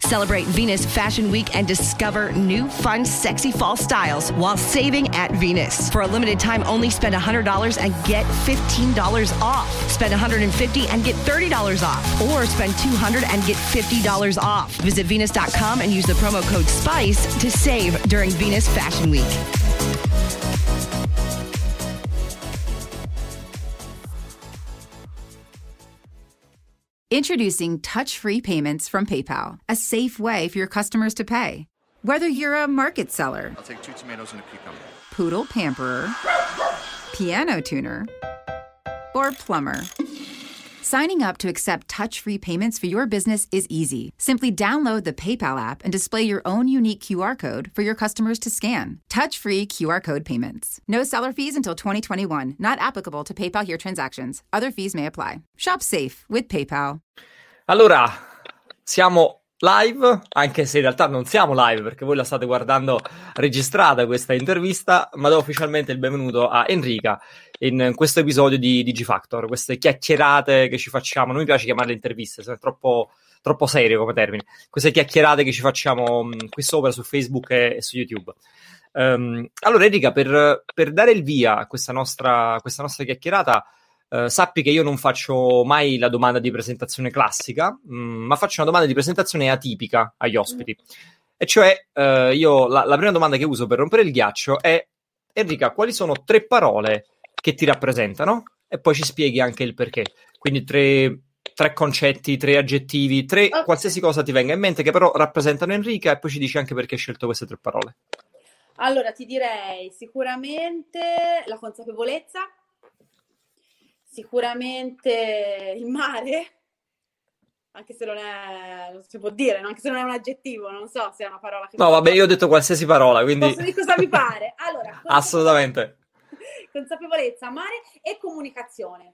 Celebrate Venus Fashion Week and discover new, fun, sexy fall styles while saving at Venus. For a limited time only, spend $100 and get $15 off. Spend $150 and get $30 off. Or spend $200 and get $50 off. Visit Venus.com and use the promo code SPICE to save during Venus Fashion Week. Introducing touch-free payments from PayPal, a safe way for your customers to pay. Whether you're a market seller, I'll take 2 tomatoes and a cucumber, poodle pamperer, piano tuner, or plumber, signing up to accept touch-free payments for your business is easy. Simply download the PayPal app and display your own unique QR code for your customers to scan. Touch-free QR code payments. No seller fees until 2021. Not applicable to PayPal Here transactions. Other fees may apply. Shop safe with PayPal. Allora, siamo live, anche se in realtà non siamo live perché voi la state guardando registrata questa intervista, ma do ufficialmente il benvenuto a Enrica in questo episodio di G-Factor, queste chiacchierate che ci facciamo. Non mi piace chiamarle interviste, sono troppo serio come termine, queste chiacchierate che ci facciamo qui sopra su Facebook e su YouTube. Allora Enrica, per dare il via a questa nostra chiacchierata, sappi che io non faccio mai la domanda di presentazione classica, ma faccio una domanda di presentazione atipica agli ospiti. E cioè, io la prima domanda che uso per rompere il ghiaccio è: Enrica, quali sono 3 parole che ti rappresentano? E poi ci spieghi anche il perché. Quindi 3 concetti, 3 aggettivi, 3 qualsiasi cosa ti venga in mente che però rappresentano Enrica, e poi ci dici anche perché hai scelto queste 3 parole. Allora, ti direi sicuramente la consapevolezza, sicuramente il mare, anche se non si può dire, no? Anche se non è un aggettivo, non so se è una parola che... No, vabbè, io ho detto qualsiasi parola, quindi... Posso dire cosa mi pare? Allora, assolutamente. Consapevolezza, mare e comunicazione.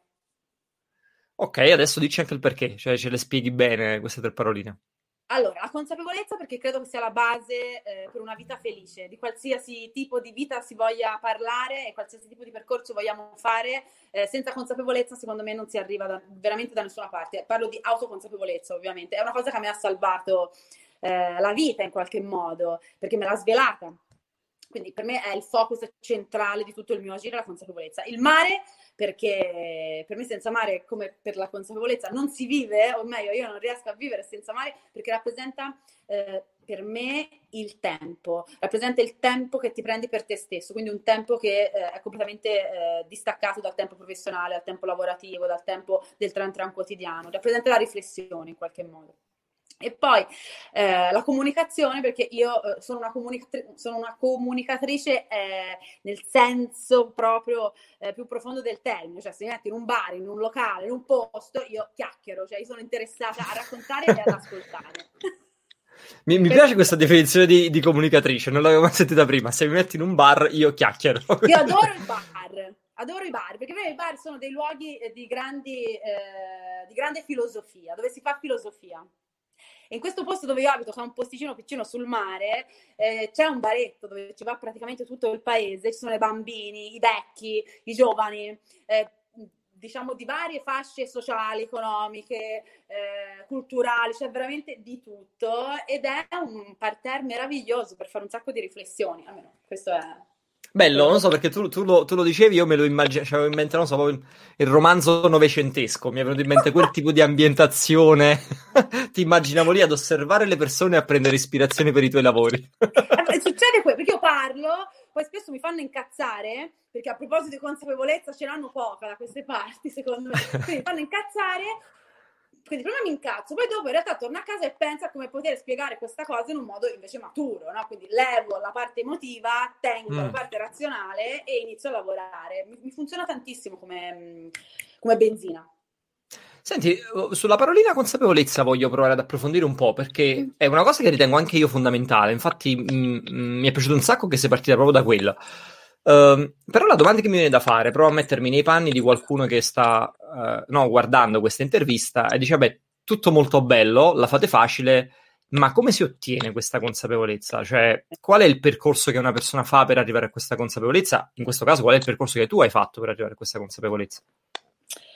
Ok, adesso dici anche il perché, cioè ce le spieghi bene queste 3 paroline. Allora, la consapevolezza, perché credo che sia la base per una vita felice, di qualsiasi tipo di vita si voglia parlare e qualsiasi tipo di percorso vogliamo fare, senza consapevolezza secondo me non si arriva veramente da nessuna parte. Parlo di autoconsapevolezza, ovviamente, è una cosa che mi ha salvato la vita in qualche modo, perché me l'ha svelata. Quindi per me è il focus centrale di tutto il mio agire, la consapevolezza. Il mare, perché per me senza mare, come per la consapevolezza, non si vive, o meglio, io non riesco a vivere senza mare, perché rappresenta per me il tempo che ti prendi per te stesso, quindi un tempo che è completamente distaccato dal tempo professionale, dal tempo lavorativo, dal tempo del tran tran quotidiano, rappresenta la riflessione in qualche modo. E poi la comunicazione, perché io sono una comunicatrice nel senso proprio più profondo del termine, cioè se mi metti in un bar, in un locale, in un posto, io chiacchiero, cioè io sono interessata a raccontare e ad ascoltare. Mi piace questa definizione di comunicatrice, non l'avevo mai sentita prima. Se mi metti in un bar, io chiacchiero. Io adoro i bar, perché per me i bar sono dei luoghi di grande filosofia, dove si fa filosofia. E in questo posto dove io abito, che è un posticino piccino sul mare, c'è un baretto dove ci va praticamente tutto il paese, ci sono i bambini, i vecchi, i giovani, diciamo di varie fasce sociali, economiche, culturali, c'è veramente di tutto, ed è un parterre meraviglioso per fare un sacco di riflessioni, almeno questo è... Bello, non so, perché tu lo dicevi, io me lo immaginavo, avevo in mente, non so, proprio il romanzo novecentesco, mi è venuto in mente quel tipo di ambientazione, ti immaginavo lì ad osservare le persone e a prendere ispirazione per i tuoi lavori. Succede perché io parlo, poi spesso mi fanno incazzare, perché a proposito di consapevolezza ce l'hanno poca da queste parti, secondo me, quindi mi fanno incazzare, quindi prima mi incazzo, poi dopo in realtà torno a casa e penso a come poter spiegare questa cosa in un modo invece maturo, no? Quindi levo la parte emotiva, tengo la parte razionale e inizio a lavorare. Mi funziona tantissimo come benzina. Senti, sulla parolina consapevolezza voglio provare ad approfondire un po', perché è una cosa che ritengo anche io fondamentale. Infatti mi è piaciuto un sacco che sei partita proprio da quella. Però la domanda che mi viene da fare, provo a mettermi nei panni di qualcuno che sta guardando questa intervista e dice: beh, tutto molto bello, la fate facile, ma come si ottiene questa consapevolezza? Cioè, qual è il percorso che una persona fa per arrivare a questa consapevolezza? In questo caso, qual è il percorso che tu hai fatto per arrivare a questa consapevolezza?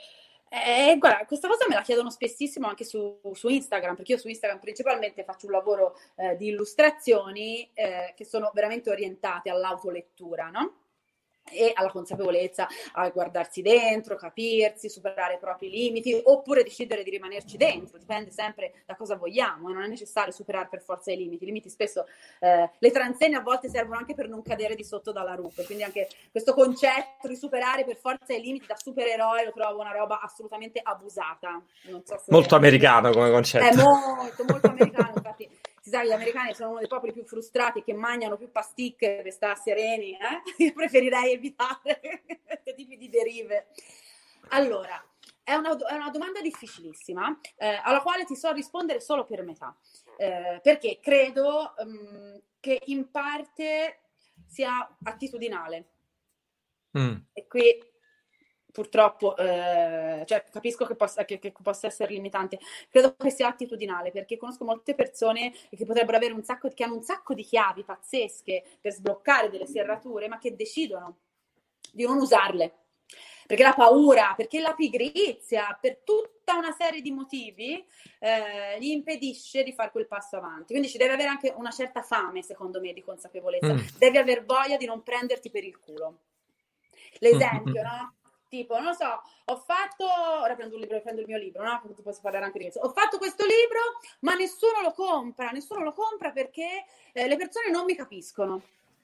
Guarda, questa cosa me la chiedono spessissimo anche su Instagram, perché io su Instagram principalmente faccio un lavoro di illustrazioni che sono veramente orientate all'autolettura, no? E alla consapevolezza, a guardarsi dentro, capirsi, superare i propri limiti, oppure decidere di rimanerci dentro, dipende sempre da cosa vogliamo, e non è necessario superare per forza i limiti. I limiti spesso, le transenne a volte servono anche per non cadere di sotto dalla rupe, quindi anche questo concetto di superare per forza i limiti da supereroe lo trovo una roba assolutamente abusata. Non so se Molto americano come concetto. è molto americano, infatti si sa che gli americani sono uno dei popoli più frustrati, che mangiano più pasticche per stare sereni, Io preferirei evitare questi tipi di derive. Allora, è una domanda difficilissima, alla quale ti so rispondere solo per metà, perché credo che in parte sia attitudinale. E qui purtroppo capisco che possa essere limitante. Credo che sia attitudinale, perché conosco molte persone che potrebbero avere che hanno un sacco di chiavi pazzesche per sbloccare delle serrature, ma che decidono di non usarle perché la paura, perché la pigrizia, per tutta una serie di motivi gli impedisce di fare quel passo avanti. Quindi ci deve avere anche una certa fame, secondo me, di consapevolezza. Devi aver voglia di non prenderti per il culo. L'esempio, no? Tipo, non lo so, ora prendo un libro, prendo il mio libro, no? Ti posso parlare anche di questo. Ho fatto questo libro, ma nessuno lo compra perché le persone non mi capiscono.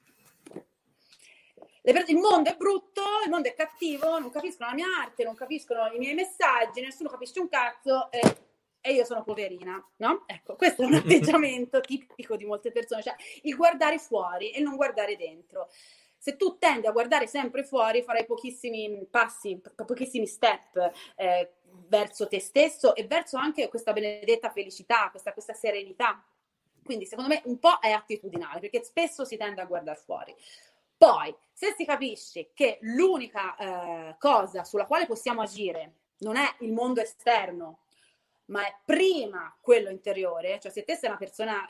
Il mondo è brutto, il mondo è cattivo, non capiscono la mia arte, non capiscono i miei messaggi, nessuno capisce un cazzo e io sono poverina, no? Ecco, questo è un atteggiamento tipico di molte persone, cioè il guardare fuori e non guardare dentro. Se tu tendi a guardare sempre fuori, farai pochissimi passi, pochissimi step verso te stesso e verso anche questa benedetta felicità, questa serenità. Quindi secondo me un po' è attitudinale, perché spesso si tende a guardare fuori. Poi, se si capisce che l'unica cosa sulla quale possiamo agire non è il mondo esterno, ma è prima quello interiore, cioè se te sei una persona...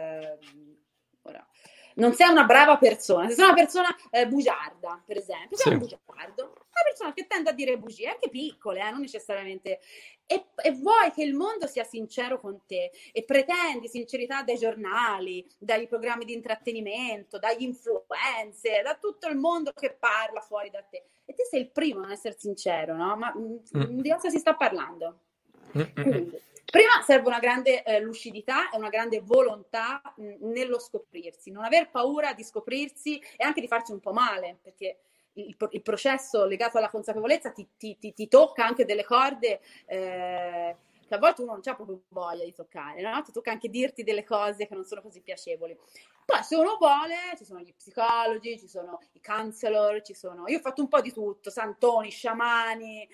non sei una brava persona, se sei una persona bugiarda, per esempio, sei un bugiardo, una persona che tende a dire bugie, anche piccole, non necessariamente, e vuoi che il mondo sia sincero con te e pretendi sincerità dai giornali, dai programmi di intrattenimento, dagli influencer, da tutto il mondo che parla fuori da te, e te sei il primo a non essere sincero, no? Ma di cosa si sta parlando? Quindi, prima serve una grande lucidità e una grande volontà nello scoprirsi, non aver paura di scoprirsi e anche di farci un po' male, perché il processo legato alla consapevolezza ti tocca anche delle corde che a volte uno non c'ha proprio voglia di toccare, no? Ti tocca anche dirti delle cose che non sono così piacevoli. Poi se uno vuole, ci sono gli psicologi, ci sono i counselor, io ho fatto un po' di tutto, santoni, sciamani,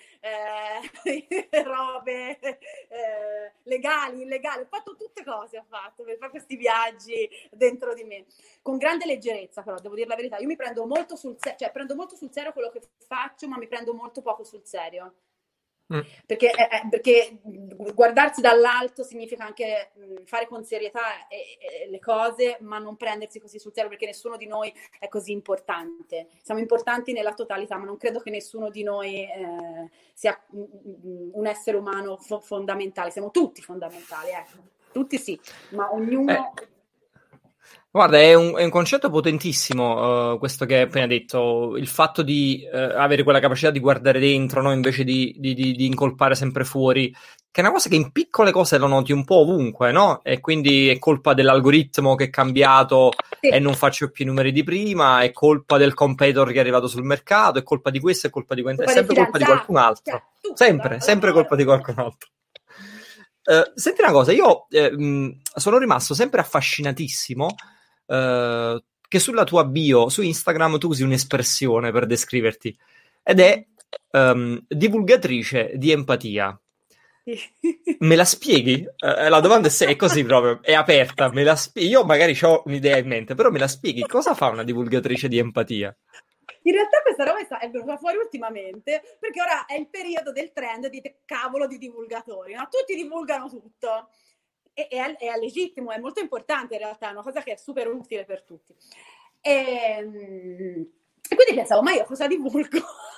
robe legali, illegali, ho fatto tutte cose, per fare questi viaggi dentro di me, con grande leggerezza, però devo dire la verità, io mi prendo molto prendo molto sul serio quello che faccio, ma mi prendo molto poco sul serio. Perché guardarsi dall'alto significa anche fare con serietà le cose, ma non prendersi così sul serio, perché nessuno di noi è così importante. Siamo importanti nella totalità, ma non credo che nessuno di noi sia un essere umano fondamentale. Siamo tutti fondamentali, tutti sì, ma ognuno... Guarda, è un concetto potentissimo questo che hai appena detto, il fatto di avere quella capacità di guardare dentro, no? Invece di incolpare sempre fuori, che è una cosa che in piccole cose lo noti un po' ovunque, no? E quindi è colpa dell'algoritmo che è cambiato e non faccio più i numeri di prima, è colpa del competitor che è arrivato sul mercato, è colpa di questo, è colpa di questo, è sempre colpa di qualcun altro, sempre colpa di qualcun altro. Senti una cosa, io sono rimasto sempre affascinatissimo che sulla tua bio su Instagram tu usi un'espressione per descriverti ed è divulgatrice di empatia. Me la spieghi? La domanda è così proprio, è aperta, me la io magari ho un'idea in mente, però me la spieghi? Cosa fa una divulgatrice di empatia? In realtà questa roba è venuta fuori ultimamente, perché ora è il periodo del trend di cavolo di divulgatori, no? Tutti divulgano tutto. E è legittimo, è molto importante in realtà, è una cosa che è super utile per tutti. E quindi pensavo, ma io cosa divulgo?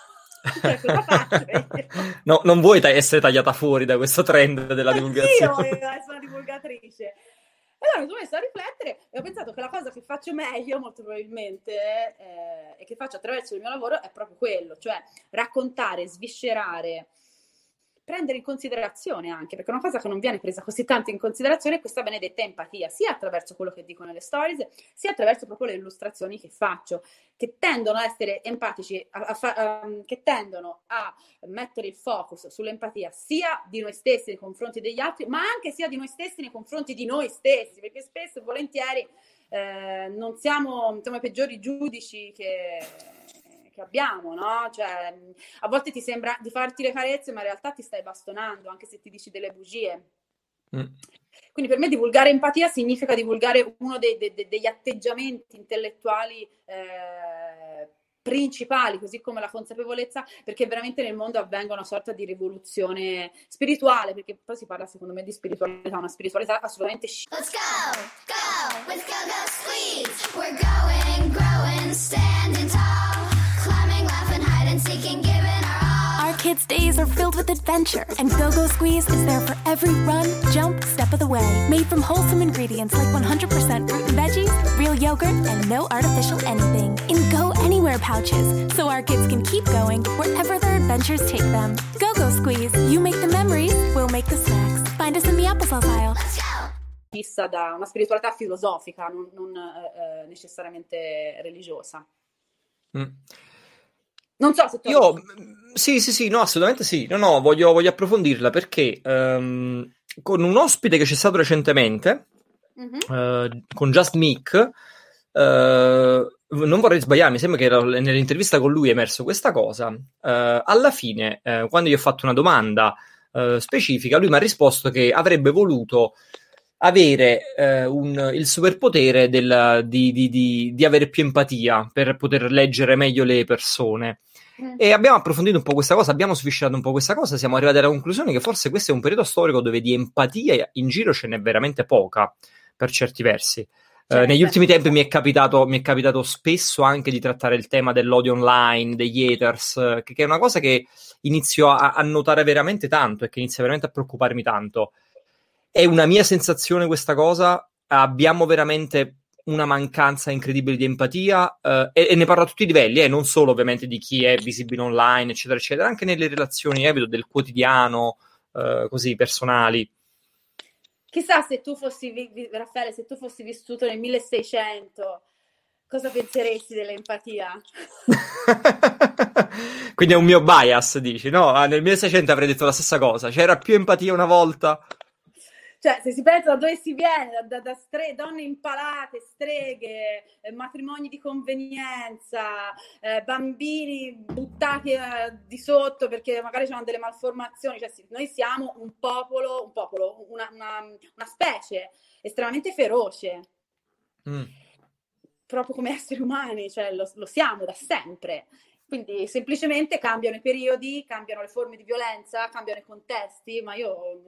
Cioè, cosa faccio io? No, non vuoi essere tagliata fuori da questo trend della divulgazione? Io sono divulgatrice. E allora mi sono messa a riflettere e ho pensato che la cosa che faccio meglio, molto probabilmente, e che faccio attraverso il mio lavoro è proprio quello, cioè raccontare, sviscerare, prendere in considerazione anche, perché una cosa che non viene presa così tanto in considerazione è questa benedetta empatia, sia attraverso quello che dico nelle stories, sia attraverso proprio le illustrazioni che faccio, che tendono a essere empatici, che tendono a mettere il focus sull'empatia sia di noi stessi nei confronti degli altri, ma anche sia di noi stessi nei confronti di noi stessi, perché spesso e volentieri non siamo i peggiori giudici che abbiamo, no? Cioè, a volte ti sembra di farti le carezze, ma in realtà ti stai bastonando, anche se ti dici delle bugie. Quindi per me divulgare empatia significa divulgare uno degli atteggiamenti intellettuali principali, così come la consapevolezza, perché veramente nel mondo avvenga una sorta di rivoluzione spirituale, perché poi si parla secondo me di spiritualità, una spiritualità assolutamente Let's go with Go-Go Squeeze. We're going, growing, standing tall, climbing, laughing, hide and seeking, giving our all. Our kids' days are filled with adventure, and Go-Go Squeeze is there for every run, jump, step of the way. Made from wholesome ingredients like 100% fruit and veggies, real yogurt, and no artificial anything. In Go Anywhere pouches, so our kids can keep going wherever their adventures take them. Go-Go Squeeze. You make the memories, we'll make the snacks. Find us in the applesauce aisle. Let's go. Vista da una spiritualità filosofica, non necessariamente religiosa. Non so se tu... Sì, no, assolutamente sì. No, voglio approfondirla perché con un ospite che c'è stato recentemente, con Just Meek, non vorrei sbagliarmi, mi sembra che nell'intervista con lui è emerso questa cosa. Alla fine, quando gli ho fatto una domanda specifica, lui mi ha risposto che avrebbe voluto avere il superpotere di avere più empatia per poter leggere meglio le persone. E abbiamo approfondito un po' questa cosa, abbiamo sviscerato un po' questa cosa, siamo arrivati alla conclusione che forse questo è un periodo storico dove di empatia in giro ce n'è veramente poca, per certi versi. Negli ultimi tempi mi è capitato spesso anche di trattare il tema dell'odio online, degli haters, che è una cosa che inizio a notare veramente tanto e che inizia veramente a preoccuparmi tanto. È una mia sensazione questa cosa, abbiamo veramente una mancanza incredibile di empatia e ne parlo a tutti i livelli, non solo ovviamente di chi è visibile online, eccetera, eccetera, anche nelle relazioni del quotidiano, così, personali. Chissà se tu fossi, Raffaele, se tu fossi vissuto nel 1600, cosa penseresti dell'empatia? Quindi è un mio bias, dici, no? Nel 1600 avrei detto la stessa cosa, c'era più empatia una volta. Cioè, se si pensa da dove si viene, da donne impalate, streghe, matrimoni di convenienza, bambini buttati di sotto perché magari c'erano delle malformazioni, cioè noi siamo un popolo, una specie estremamente feroce, proprio come esseri umani, cioè lo siamo da sempre. Quindi semplicemente cambiano i periodi, cambiano le forme di violenza, cambiano i contesti, ma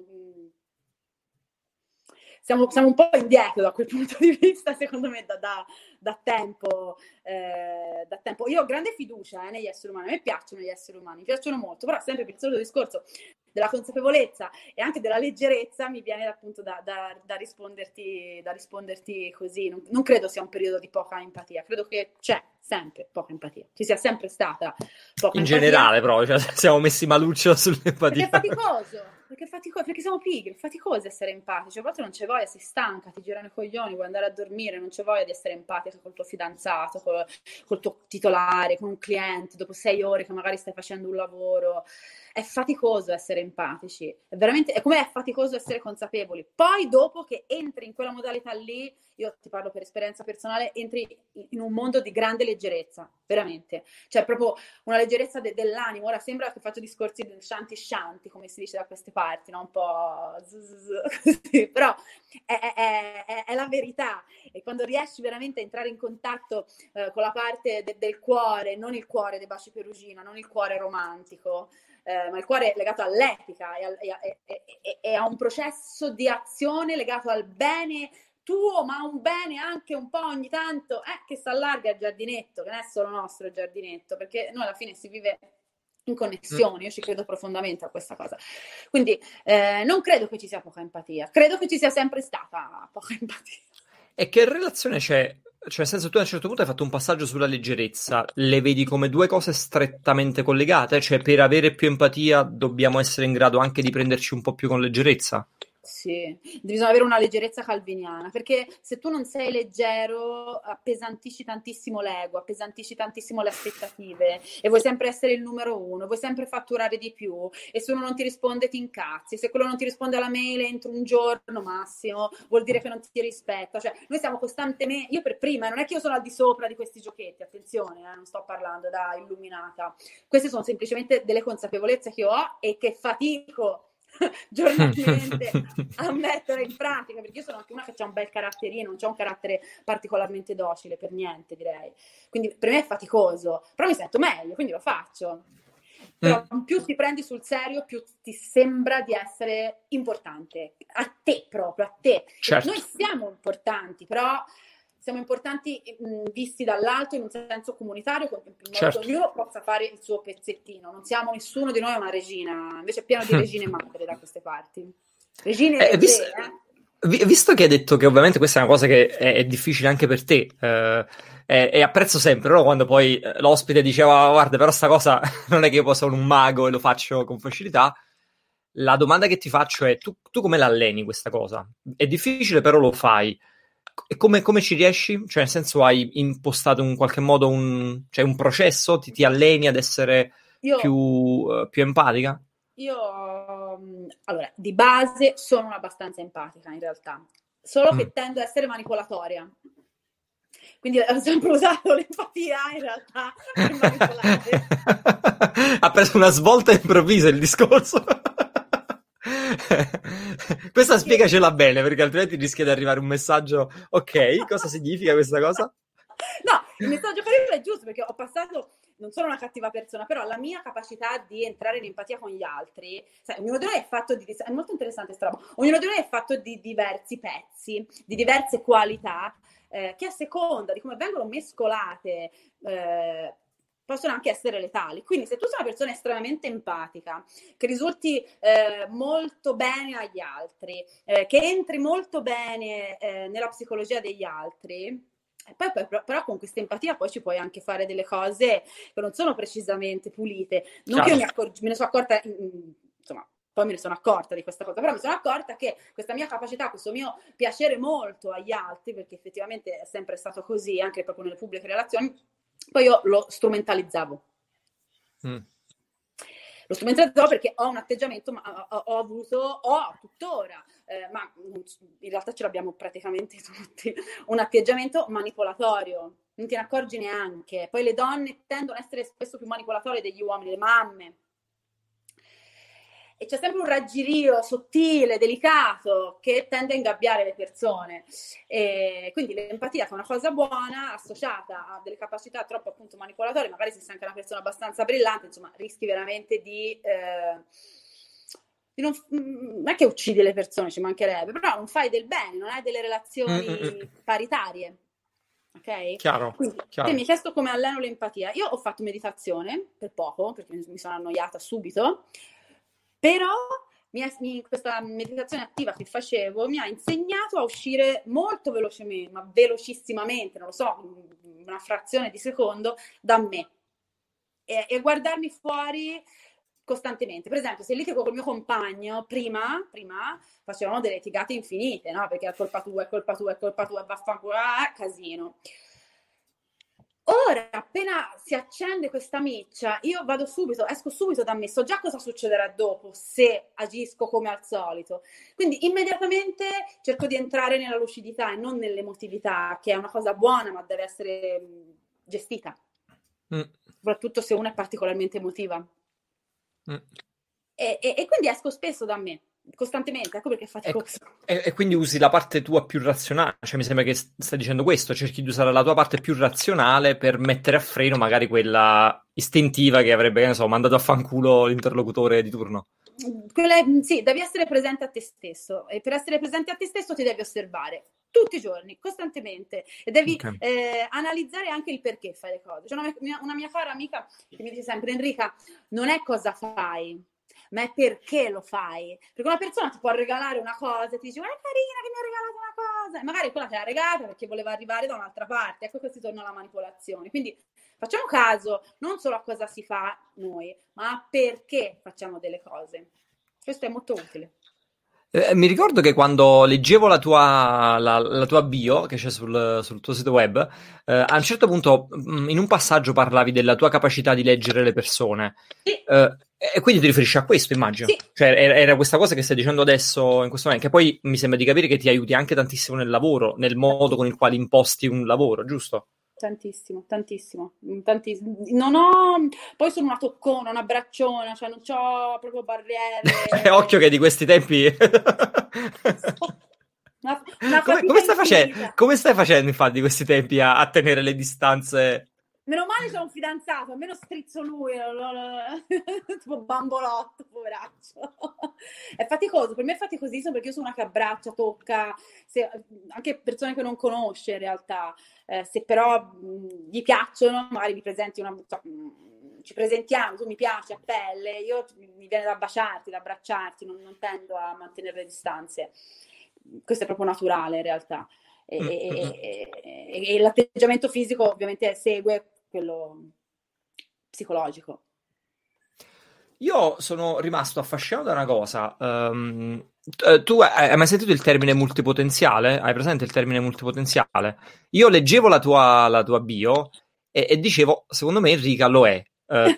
siamo un po' indietro da quel punto di vista, secondo me, da tempo. Io ho grande fiducia negli esseri umani, a me piacciono gli esseri umani, mi piacciono molto, però sempre per il solito discorso della consapevolezza e anche della leggerezza mi viene appunto da risponderti così. Non credo sia un periodo di poca empatia, credo che c'è sempre poca empatia, ci sia sempre stata poca empatia. In generale proprio, cioè, siamo messi maluccio sull'empatia. Perché è faticoso, perché siamo pigri, è faticoso essere empatici, a volte non c'è voglia, sei stanca, ti girano i coglioni, vuoi andare a dormire, non c'è voglia di essere empatica col tuo fidanzato, col tuo titolare, con un cliente, dopo 6 ore che magari stai facendo un lavoro. È faticoso essere empatici, è come è faticoso essere consapevoli. Poi dopo che entri in quella modalità lì, io ti parlo per esperienza personale, entri in un mondo di grande leggerezza, veramente. Cioè proprio una leggerezza dell'animo. Ora sembra che faccio discorsi del shanty, come si dice da queste parti, no? Un po' così, però è la verità. E quando riesci veramente a entrare in contatto con la parte del cuore, non il cuore dei baci perugina, non il cuore romantico, ma il cuore è legato all'etica e a un processo di azione legato al bene tuo, ma un bene anche un po' ogni tanto che si allarga il giardinetto, che non è solo nostro il giardinetto, perché noi alla fine si vive in connessione. Io ci credo profondamente a questa cosa. Quindi non credo che ci sia poca empatia, credo che ci sia sempre stata poca empatia. E che relazione c'è? Cioè, nel senso, tu a un certo punto hai fatto un passaggio sulla leggerezza, le vedi come due cose strettamente collegate? Cioè, per avere più empatia dobbiamo essere in grado anche di prenderci un po' più con leggerezza? Sì, bisogna avere una leggerezza calviniana, perché se tu non sei leggero appesantisci tantissimo l'ego, appesantisci tantissimo le aspettative e vuoi sempre essere il numero uno, vuoi sempre fatturare di più e se uno non ti risponde ti incazzi, se quello non ti risponde alla mail entro un giorno massimo vuol dire che non ti rispetta, cioè noi siamo costantemente, io per prima, non è che io sono al di sopra di questi giochetti, attenzione, non sto parlando da illuminata, queste sono semplicemente delle consapevolezze che ho e che fatico giornalmente a mettere in pratica, perché io sono anche una che ha un bel caratterino, non c'ho un carattere particolarmente docile per niente, direi, quindi per me è faticoso, però mi sento meglio, quindi lo faccio. Però più ti prendi sul serio, più ti sembra di essere importante a te, proprio a te. Certo. Noi siamo importanti, però siamo importanti visti dall'alto in un senso comunitario, in modo Certo. che ognuno possa fare il suo pezzettino. Non siamo, nessuno di noi è una regina, invece è pieno di regine madre da queste parti. Regine e visto che hai detto che ovviamente questa è una cosa che è difficile anche per te, e apprezzo sempre, no? Quando poi l'ospite diceva guarda, però sta cosa non è che io posso un mago e lo faccio con facilità. La domanda che ti faccio è tu come la alleni questa cosa? È difficile, però lo fai. E come ci riesci? Cioè, nel senso, hai impostato in qualche modo un processo? Ti alleni ad essere più empatica? Io, allora, di base sono abbastanza empatica in realtà, solo che tendo a essere manipolatoria. Quindi ho sempre usato l'empatia in realtà per manipolare. Ha preso una svolta improvvisa il discorso. Questa spiegacela bene, perché altrimenti rischia di arrivare un messaggio. Ok, cosa significa questa cosa? No, il messaggio carino è giusto, perché ho passato, non sono una cattiva persona, però la mia capacità di entrare in empatia con gli altri, sai, ognuno di noi è fatto di, è molto interessante questa roba, ognuno di noi è fatto di diversi pezzi, di diverse qualità, che a seconda di come vengono mescolate possono anche essere letali. Quindi se tu sei una persona estremamente empatica, che risulti molto bene agli altri, che entri molto bene nella psicologia degli altri, poi, però con questa empatia poi ci puoi anche fare delle cose che non sono precisamente pulite. Non che io me ne sono accorta, insomma, poi me ne sono accorta di questa cosa, però mi sono accorta che questa mia capacità, questo mio piacere molto agli altri, perché effettivamente è sempre stato così, anche proprio nelle pubbliche relazioni, poi io lo strumentalizzavo. Lo strumentalizzavo perché ho un atteggiamento, ma ho tuttora, ma in realtà ce l'abbiamo praticamente tutti, un atteggiamento manipolatorio, non te ne accorgi neanche. Poi le donne tendono ad essere spesso più manipolatorie degli uomini, le mamme. E c'è sempre un raggirio sottile, delicato, che tende a ingabbiare le persone. E quindi l'empatia, che è una cosa buona, associata a delle capacità troppo appunto manipolatorie, magari se sei anche una persona abbastanza brillante, insomma, rischi veramente di non è che uccidi le persone, ci mancherebbe, però non fai del bene, non hai delle relazioni paritarie. Ok? Chiaro. Quindi te mi hai chiesto come alleno l'empatia. Io ho fatto meditazione per poco, perché mi sono annoiata subito. Però questa meditazione attiva che facevo mi ha insegnato a uscire molto velocemente, ma velocissimamente, non lo so, una frazione di secondo, da me e guardarmi fuori costantemente. Per esempio, se litigo col mio compagno, prima facevamo delle litigate infinite, no? Perché è colpa tua, vaffanculo, casino. Ora, appena si accende questa miccia, io esco subito da me, so già cosa succederà dopo se agisco come al solito. Quindi immediatamente cerco di entrare nella lucidità e non nell'emotività, che è una cosa buona, ma deve essere gestita. Soprattutto se una è particolarmente emotiva. E quindi esco spesso da me. Costantemente, ecco perché è faticoso. E quindi usi la parte tua più razionale, cioè mi sembra che stai dicendo questo, cerchi di usare la tua parte più razionale per mettere a freno magari quella istintiva che avrebbe, che ne so, mandato a fanculo l'interlocutore di turno. Sì, devi essere presente a te stesso e per essere presente a te stesso ti devi osservare. tutti i giorni, costantemente, e devi analizzare anche il perché fai le cose. C'è una mia cara amica che mi dice sempre: Enrica, non è cosa fai, ma è perché lo fai. Perché una persona ti può regalare una cosa e ti dice: ma è carina che mi ha regalato una cosa, e magari quella te l'ha regalata perché voleva arrivare da un'altra parte. Ecco che si torna alla manipolazione. Quindi facciamo caso non solo a cosa si fa noi, ma a perché facciamo delle cose. Questo è molto utile. Mi ricordo che quando leggevo la tua bio che c'è sul tuo sito web, a un certo punto in un passaggio parlavi della tua capacità di leggere le persone. Sì. E quindi ti riferisci a questo, immagino. Sì. Cioè era questa cosa che stai dicendo adesso in questo momento, che poi mi sembra di capire che ti aiuti anche tantissimo nel lavoro, nel modo con il quale imposti un lavoro, giusto? Tantissimo. Non ho, poi sono una toccona, una bracciona, cioè non ho proprio barriere. Occhio che di questi tempi come stai facendo infatti di questi tempi a tenere le distanze? Meno male c'è un fidanzato, almeno strizzo lui, tipo bambolotto, poveraccio. È faticoso, per me è faticosissimo perché io sono una che abbraccia, tocca, anche persone che non conosce in realtà, se però gli piacciono, magari vi presenti ci presentiamo, tu mi piaci a pelle, mi viene da baciarti, da abbracciarti, non tendo a mantenere le distanze. Questo è proprio naturale in realtà. E l'atteggiamento fisico ovviamente segue quello psicologico. Io sono rimasto affascinato da una cosa. Tu hai mai sentito il termine multipotenziale? Hai presente il termine multipotenziale? Io leggevo la tua bio e dicevo, secondo me Enrica lo è.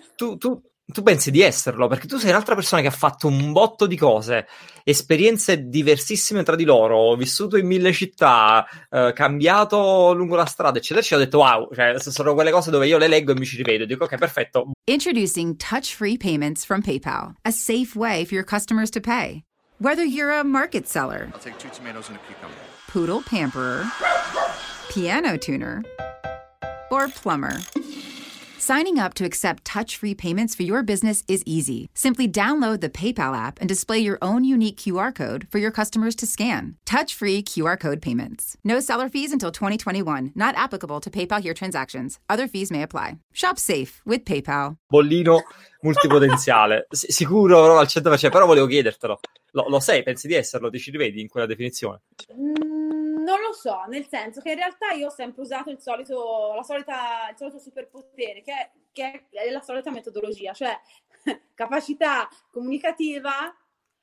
Tu pensi di esserlo, perché tu sei un'altra persona che ha fatto un botto di cose, esperienze diversissime tra di loro, vissuto in 1000 città, cambiato lungo la strada, eccetera, eccetera. Ho detto wow, cioè sono quelle cose dove io le leggo e mi ci rivedo, dico ok, perfetto. Introducing touch-free payments from PayPal, a safe way for your customers to pay. Whether you're a market seller, I'll take 2 tomatoes and a cucumber. poodle pamperer, piano tuner, or plumber, signing up to accept touch-free payments for your business is easy. Simply download the PayPal app and display your own unique QR code for your customers to scan. Touch-free QR code payments. No seller fees until 2021. Not applicable to PayPal Here transactions. Other fees may apply. Shop safe with PayPal. Bollino multipotenziale. Sicuro al 100%, però volevo chiedertelo. Lo sei? Pensi di esserlo? Ti ci rivedi in quella definizione? Non lo so, nel senso che in realtà io ho sempre usato il solito superpotere, che è la solita metodologia, cioè capacità comunicativa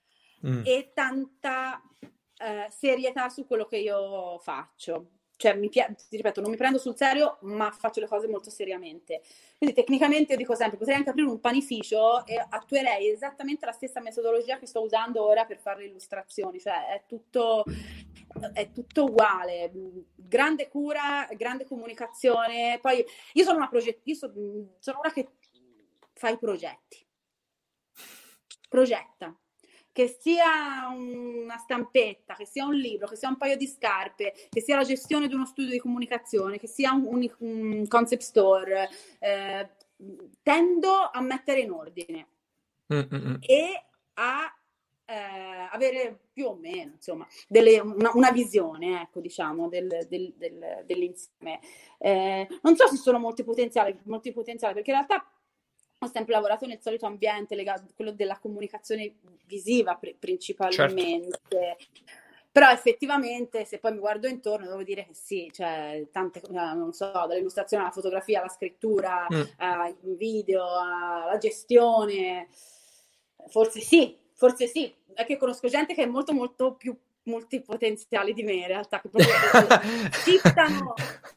e tanta serietà su quello che io faccio. Cioè, ti ripeto, non mi prendo sul serio, ma faccio le cose molto seriamente. Quindi tecnicamente io dico sempre, potrei anche aprire un panificio e attuerei esattamente la stessa metodologia che sto usando ora per fare le illustrazioni, cioè è tutto uguale, grande cura, grande comunicazione. Poi io sono una che fa i progetti, progetta, che sia una stampetta, che sia un libro, che sia un paio di scarpe, che sia la gestione di uno studio di comunicazione, che sia un concept store, tendo a mettere in ordine e a avere più o meno, insomma, una visione, ecco, diciamo, dell'insieme. Non so se sono multipotenziale, perché in realtà ho sempre lavorato nel solito ambiente legato, quello della comunicazione visiva principalmente. Certo. Però effettivamente, se poi mi guardo intorno, devo dire che sì, cioè tante, non so, dall'illustrazione alla fotografia, alla scrittura, al video, alla gestione, forse sì. È che conosco gente che è molto molto più multipotenziali di me in realtà, che proprio shiftano.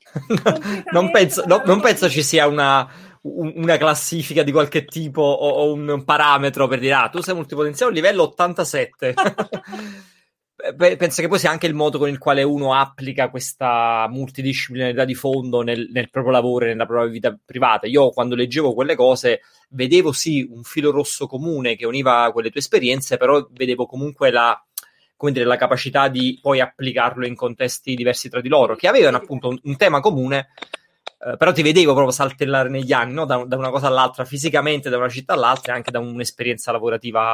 Non penso ci sia una classifica di qualche tipo o un parametro per dire tu sei multipotenziale livello 87. Penso che poi sia anche il modo con il quale uno applica questa multidisciplinarità di fondo nel proprio lavoro e nella propria vita privata. Io quando leggevo quelle cose vedevo sì un filo rosso comune che univa quelle tue esperienze, però vedevo comunque la capacità di poi applicarlo in contesti diversi tra di loro, che avevano appunto un tema comune, però ti vedevo proprio saltellare negli anni, no? Da una cosa all'altra, fisicamente, da una città all'altra, e anche da un'esperienza lavorativa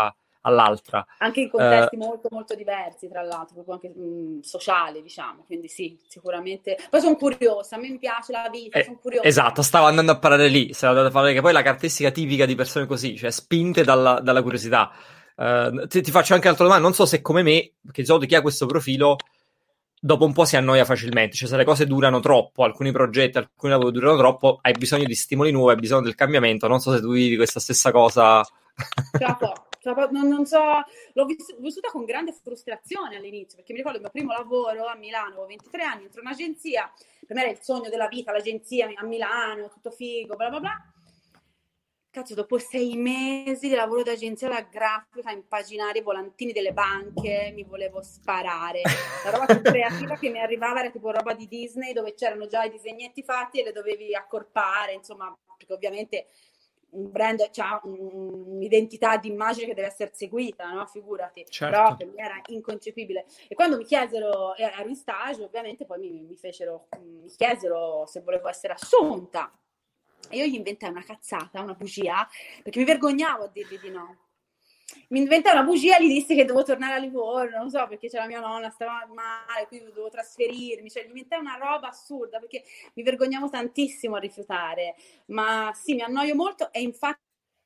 all'altra. Anche in contesti molto molto diversi, tra l'altro, proprio anche sociali, diciamo, quindi sì, sicuramente. Poi sono curiosa, a me mi piace la vita, sono curiosa. Esatto, stavo andando a parlare lì, stavo andando a parlare che poi è la caratteristica tipica di persone così, cioè spinte dalla curiosità. Ti faccio anche altre domande, non so se come me, perché di solito chi ha questo profilo dopo un po' si annoia facilmente, cioè se le cose durano troppo, alcuni progetti, alcuni lavori durano troppo, hai bisogno di stimoli nuovi, hai bisogno del cambiamento, non so se tu vivi questa stessa cosa. Non so, l'ho vissuta con grande frustrazione all'inizio, perché mi ricordo il mio primo lavoro a Milano, avevo 23 anni, entro in un'agenzia, per me era il sogno della vita, l'agenzia a Milano, tutto figo, bla bla bla. Cazzo, dopo 6 mesi di lavoro d'agenzia alla grafica, impaginare i volantini delle banche, mi volevo sparare. La roba più creativa che mi arrivava era tipo roba di Disney, dove c'erano già i disegnetti fatti e le dovevi accorpare, insomma, perché ovviamente un brand ha un'identità di immagine che deve essere seguita, no? Figurati. Certo. Però per me era inconcepibile. E quando mi chiesero, ero in stage, ovviamente poi mi chiesero se volevo essere assunta. E io gli inventai una cazzata, una bugia, perché mi vergognavo a dirgli di no. Mi inventai una bugia e gli dissi che dovevo tornare a Livorno, non so, perché c'era mia nonna, stava male, quindi dovevo trasferirmi, cioè gli inventai una roba assurda, perché mi vergognavo tantissimo a rifiutare. Ma sì, mi annoio molto e infatti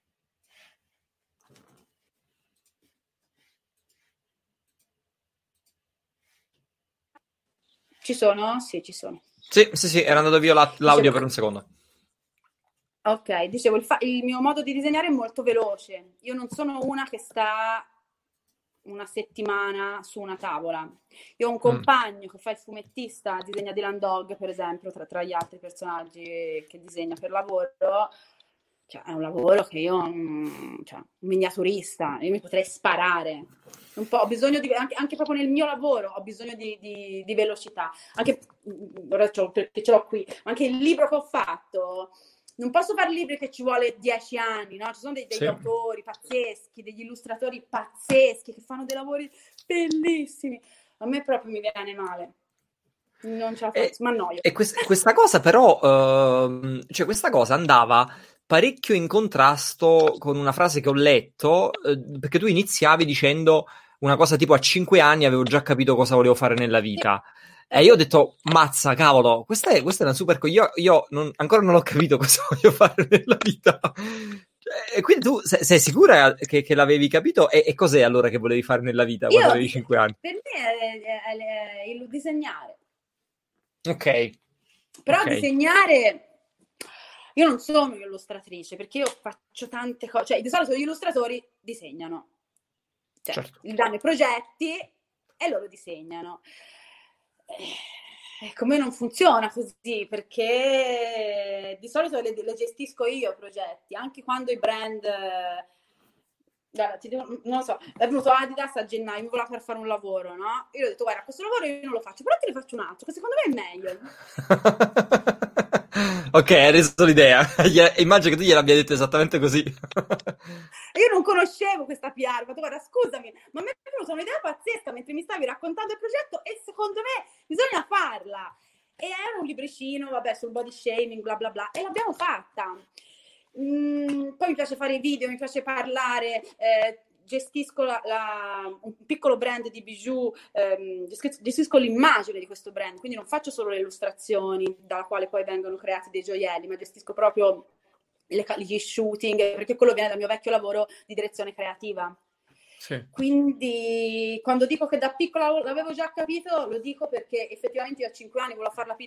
ci sono? Sì, ci sono. Sì, era andato via l'audio per un secondo. Ok, dicevo, il mio modo di disegnare è molto veloce. Io non sono una che sta una settimana su una tavola. Io ho un compagno che fa il fumettista, disegna Dylan Dog, per esempio, tra gli altri personaggi che disegna per lavoro. Cioè, è un lavoro che io, cioè, un miniaturista, io mi potrei sparare. Un po', ho bisogno di, anche proprio nel mio lavoro, ho bisogno di velocità. Anche, ora perché ce l'ho qui, ma anche il libro che ho fatto... Non posso fare libri che ci vuole 10 anni, no? Ci sono degli autori pazzeschi, degli illustratori pazzeschi che fanno dei lavori bellissimi. A me proprio mi viene male. Non ce la faccio, mi annoio. E questa cosa però, cioè questa cosa andava parecchio in contrasto con una frase che ho letto, perché tu iniziavi dicendo una cosa tipo: a 5 anni avevo già capito cosa volevo fare nella vita. E io ho detto, mazza, cavolo, questa è una super... Io ancora non ho capito cosa voglio fare nella vita. E quindi tu sei sicura che l'avevi capito? E cos'è allora che volevi fare nella vita quando avevi 5 anni? Per me è il disegnare. Ok. Però disegnare... Io non sono un'illustratrice, perché io faccio tante cose. Cioè, di solito gli illustratori disegnano. Cioè, certo. Gli danno i progetti e loro disegnano. Come non funziona così, perché di solito le gestisco io i progetti, anche quando i brand, non lo so, è venuto Adidas a gennaio, mi voleva fare un lavoro, no? Io ho detto, guarda, questo lavoro io non lo faccio, però te ne faccio un altro, che secondo me è meglio. Ok, hai reso l'idea. Immagino che tu gliel'abbia detto esattamente così. Io non conoscevo questa PR, ho detto, guarda, scusami, ma mi è venuta un'idea pazzesca mentre mi stavi raccontando il progetto e secondo me bisogna farla. E era un libricino, vabbè, sul body shaming, bla bla bla, e l'abbiamo fatta. Poi mi piace fare i video, mi piace parlare, gestisco un piccolo brand di bijou, gestisco l'immagine di questo brand, quindi non faccio solo le illustrazioni dalla quale poi vengono creati dei gioielli, ma gestisco proprio gli shooting, perché quello viene dal mio vecchio lavoro di direzione creativa. Sì. Quindi quando dico che da piccola l'avevo già capito, lo dico perché effettivamente io a 5 anni volevo fare la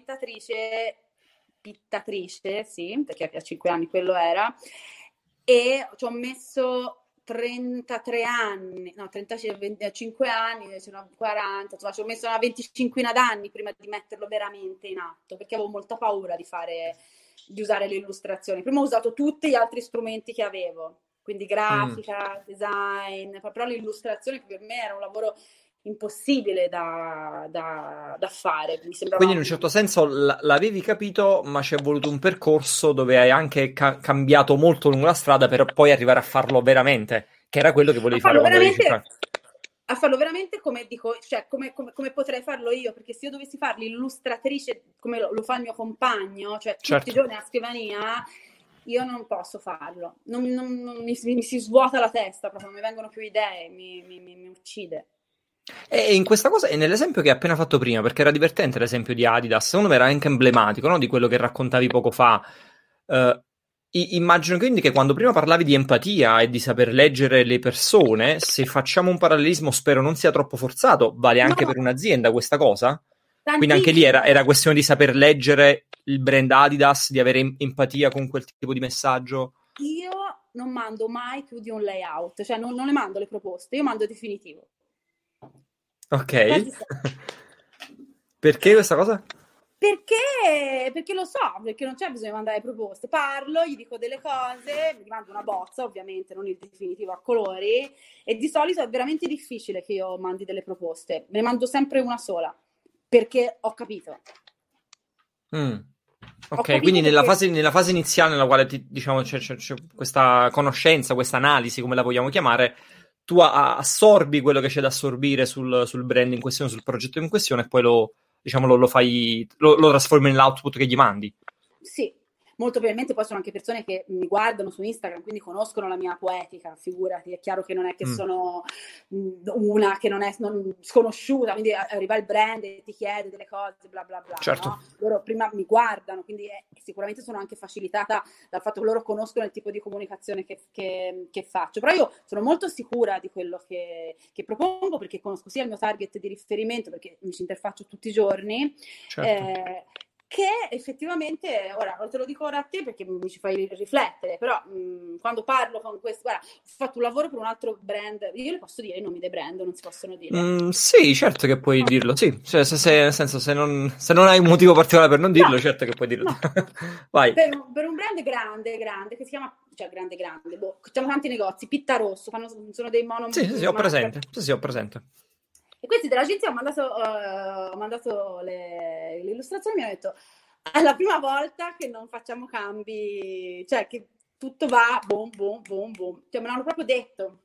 pittatrice, sì, perché a 5 anni quello era, e ci ho messo 33 anni, no, 35 anni, 40, insomma, ci ho messo una 25ina d'anni prima di metterlo veramente in atto, perché avevo molta paura di usare le illustrazioni. Prima ho usato tutti gli altri strumenti che avevo, quindi grafica, design, però l'illustrazione per me era un lavoro impossibile da fare. Mi sembrava... Quindi in un certo senso l'avevi capito, ma ci è voluto un percorso dove hai anche cambiato molto lungo la strada per poi arrivare a farlo veramente, che era quello che volevi fare quando avevi 5 anni. A farlo veramente come dico, cioè come potrei farlo io, perché se io dovessi fare l'illustratrice come lo fa il mio compagno, cioè tutti i giorni alla scrivania, io non posso farlo, mi si svuota la testa, proprio non mi vengono più idee, mi uccide. E in questa cosa, e nell'esempio che hai appena fatto prima, perché era divertente l'esempio di Adidas, secondo me era anche emblematico, no? Di quello che raccontavi poco fa. Immagino quindi che quando prima parlavi di empatia e di saper leggere le persone, se facciamo un parallelismo, spero non sia troppo forzato, vale anche No, per un'azienda questa cosa? Quindi anche lì tantissimo. era questione di saper leggere il brand Adidas, di avere empatia con quel tipo di messaggio. Io non mando mai più di un layout, cioè non le mando le proposte, io mando definitivo. Ok. Quasi sempre. Perché questa cosa? Perché lo so, perché non c'è bisogno di mandare proposte. Parlo, gli dico delle cose, gli mando una bozza, ovviamente, non il definitivo a colori, e di solito è veramente difficile che io mandi delle proposte. Me ne mando sempre una sola, perché ho capito. Ho Ok, capito quindi nella perché... fase iniziale nella quale diciamo, c'è questa conoscenza, questa analisi, come la vogliamo chiamare, tu assorbi quello che c'è da assorbire sul brand in questione, sul progetto in questione, e poi lo fai, lo trasformi nell'output che gli mandi. Sì, molto probabilmente poi sono anche persone che mi guardano su Instagram, quindi conoscono la mia poetica, figurati, è chiaro che non è che sono una che non è sconosciuta, quindi arriva il brand e ti chiede delle cose, bla bla bla, Certo. no? Loro prima mi guardano, quindi sicuramente sono anche facilitata dal fatto che loro conoscono il tipo di comunicazione che faccio, però io sono molto sicura di quello che propongo, perché conosco sia il mio target di riferimento, perché mi ci interfaccio tutti i giorni, Certo. che effettivamente, ora te lo dico ora a te perché mi ci fai riflettere, però quando parlo con questo, guarda, ho fatto un lavoro per un altro brand, io le posso dire i nomi dei brand, non si possono dire? Sì, certo che puoi dirlo, sì, cioè, nel senso, se non hai un motivo particolare per non dirlo, No, certo che puoi dirlo. no. Vai. Per un brand grande, che si chiama, cioè grande, boh, facciamo tanti negozi, Pitta Rosso, sono dei Sì, ho presente. Sì, ho presente. E questi dell'agenzia ho mandato le illustrazioni, mi hanno detto, è la prima volta che non facciamo cambi, cioè che tutto va boom, boom, boom, boom. Cioè me l'hanno proprio detto.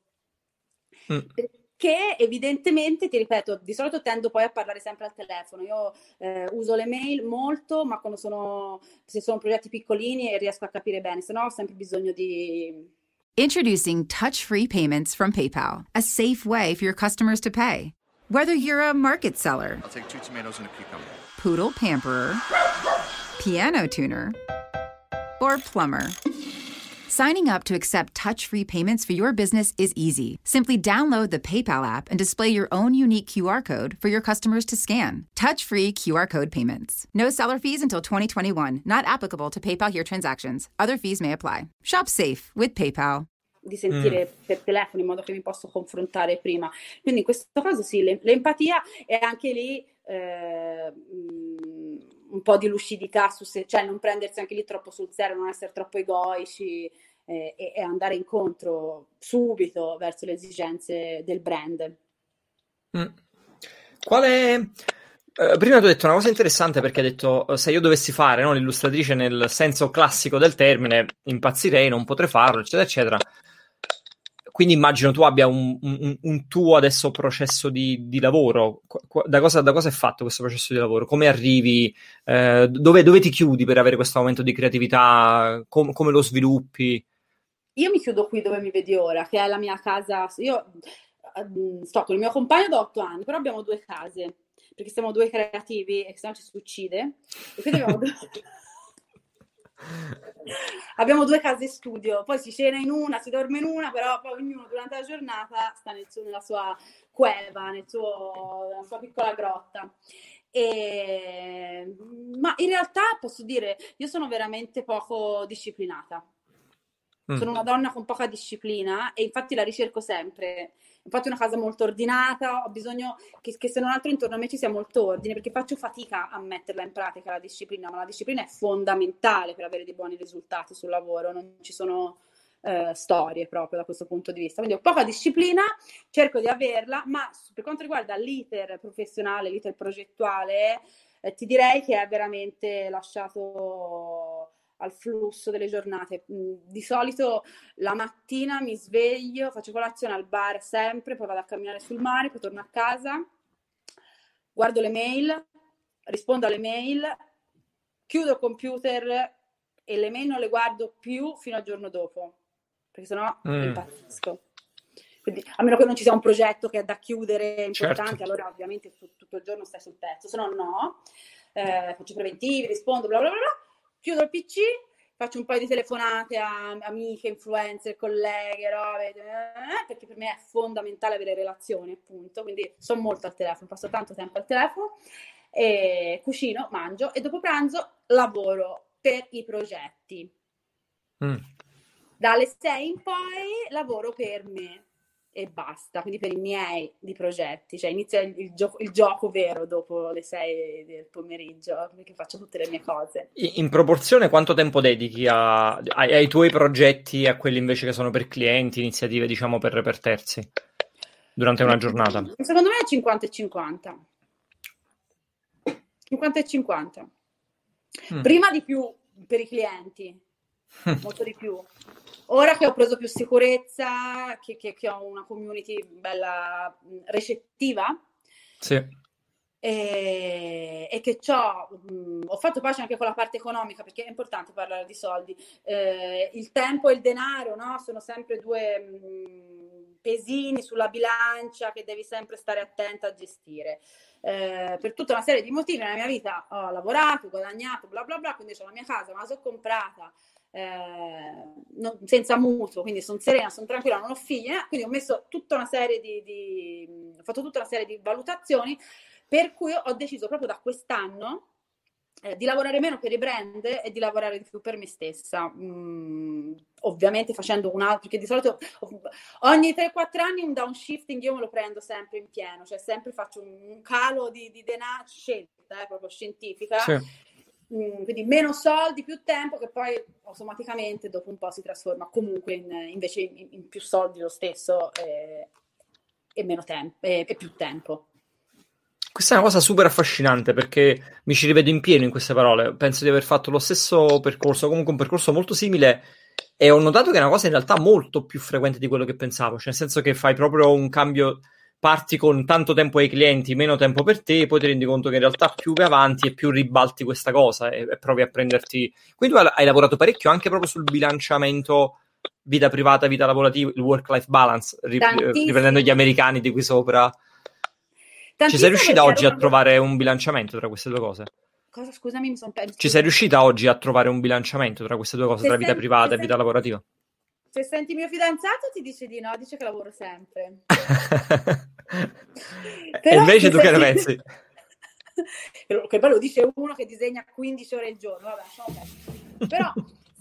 Perché evidentemente, ti ripeto, di solito tendo poi a parlare sempre al telefono. Io uso le mail molto, ma se sono progetti piccolini e riesco a capire bene, se no ho sempre bisogno di... Introducing touch-free payments from PayPal, a safe way for your customers to pay. Whether you're a market seller, I'll take 2 tomatoes and a cucumber. poodle pamperer, piano tuner, or plumber, signing up to accept touch-free payments for your business is easy. Simply download the PayPal app and display your own unique QR code for your customers to scan. Touch-free QR code payments. No seller fees until 2021. Not applicable to PayPal here transactions. Other fees may apply. Shop safe with PayPal. Di sentire per telefono in modo che mi posso confrontare prima. Quindi in questo caso sì, l'empatia è anche lì un po' di lucidità, cioè non prendersi anche lì troppo sul serio, non essere troppo egoici e andare incontro subito verso le esigenze del brand. Prima tu hai detto una cosa interessante, perché hai detto se io dovessi fare, no, l'illustratrice nel senso classico del termine, impazzirei, non potrei farlo, eccetera, eccetera. Quindi immagino tu abbia un tuo adesso processo di lavoro. Da cosa è fatto questo processo di lavoro? Come arrivi? Dove ti chiudi per avere questo momento di creatività? Come lo sviluppi? Io mi chiudo qui dove mi vedi ora, che è la mia casa. Io sto con il mio compagno da 8 anni, però abbiamo 2 case, perché siamo 2 creativi e se no ci si uccide. E quindi abbiamo 2 case studio, poi si cena in una, si dorme in una, però poi ognuno durante la giornata sta nella sua cueva, nella sua piccola grotta. Ma in realtà posso dire, io sono veramente poco disciplinata. Sono una donna con poca disciplina e infatti la ricerco sempre. Infatti è una casa molto ordinata, ho bisogno che se non altro intorno a me ci sia molto ordine, perché faccio fatica a metterla in pratica la disciplina, ma la disciplina è fondamentale per avere dei buoni risultati sul lavoro, non ci sono storie proprio da questo punto di vista. Quindi ho poca disciplina, cerco di averla, ma per quanto riguarda l'iter professionale, l'iter progettuale, ti direi che è veramente lasciato al flusso delle giornate. Di solito la mattina mi sveglio, faccio colazione al bar sempre, poi vado a camminare sul mare, poi torno a casa, guardo le mail, rispondo alle mail, chiudo il computer e le mail non le guardo più fino al giorno dopo, perché sennò impazzisco. Quindi, a meno che non ci sia un progetto che è da chiudere importante, Certo. allora ovviamente tutto il giorno stai sul pezzo, se no no. Faccio preventivi, rispondo, bla bla bla bla, chiudo il PC, faccio un paio di telefonate a amiche, influencer, colleghe, robe, perché per me è fondamentale avere relazioni, appunto, quindi sono molto al telefono, passo tanto tempo al telefono, e cucino, mangio e dopo pranzo lavoro per i progetti. Dalle 6 in poi lavoro per me e basta, quindi per i miei di progetti, cioè inizia il gioco vero dopo le 6 del pomeriggio, perché faccio tutte le mie cose. In proporzione quanto tempo dedichi ai tuoi progetti e a quelli invece che sono per clienti, iniziative diciamo per terzi, durante una giornata? Secondo me è 50 e 50. 50 e 50. Prima di più per i clienti, molto di più. Ora che ho preso più sicurezza, che ho una community bella recettiva, sì, e che ho fatto pace anche con la parte economica, perché è importante parlare di soldi. Il tempo e il denaro, no? Sono sempre due pesini sulla bilancia che devi sempre stare attenta a gestire. Per tutta una serie di motivi nella mia vita ho lavorato, guadagnato, bla bla bla, quindi ho la mia casa, me la sono comprata senza mutuo, quindi sono serena, sono tranquilla, non ho figli, quindi ho messo tutta una serie ho fatto tutta una serie di valutazioni, per cui ho deciso proprio da quest'anno di lavorare meno per i brand e di lavorare di più per me stessa, ovviamente facendo un altro, perché di solito ogni 3-4 anni un downshifting io me lo prendo sempre in pieno, cioè sempre faccio un calo di denaro, scelta proprio scientifica, sì. Quindi meno soldi, più tempo, che poi automaticamente dopo un po' si trasforma comunque invece in più soldi lo stesso e meno tempo e più tempo. Questa è una cosa super affascinante perché mi ci rivedo in pieno in queste parole. Penso di aver fatto lo stesso percorso, comunque un percorso molto simile, e ho notato che è una cosa in realtà molto più frequente di quello che pensavo, cioè nel senso che fai proprio un cambio, parti con tanto tempo ai clienti, meno tempo per te, e poi ti rendi conto che in realtà più vai avanti e più ribalti questa cosa e provi a prenderti... Quindi tu hai lavorato parecchio anche proprio sul bilanciamento vita privata, vita lavorativa, il work-life balance, riprendendo gli americani di qui sopra. Ci sei riuscita oggi a trovare un bilanciamento tra queste due cose? Cosa? Scusami, mi sono persa. Ci sei riuscita oggi a trovare un bilanciamento tra queste due cose, tra vita privata e vita lavorativa? Se senti mio fidanzato ti dice di no, dice che lavoro sempre. E invece tu che ne pensi? Che poi lo dice uno che disegna 15 ore al giorno, vabbè, però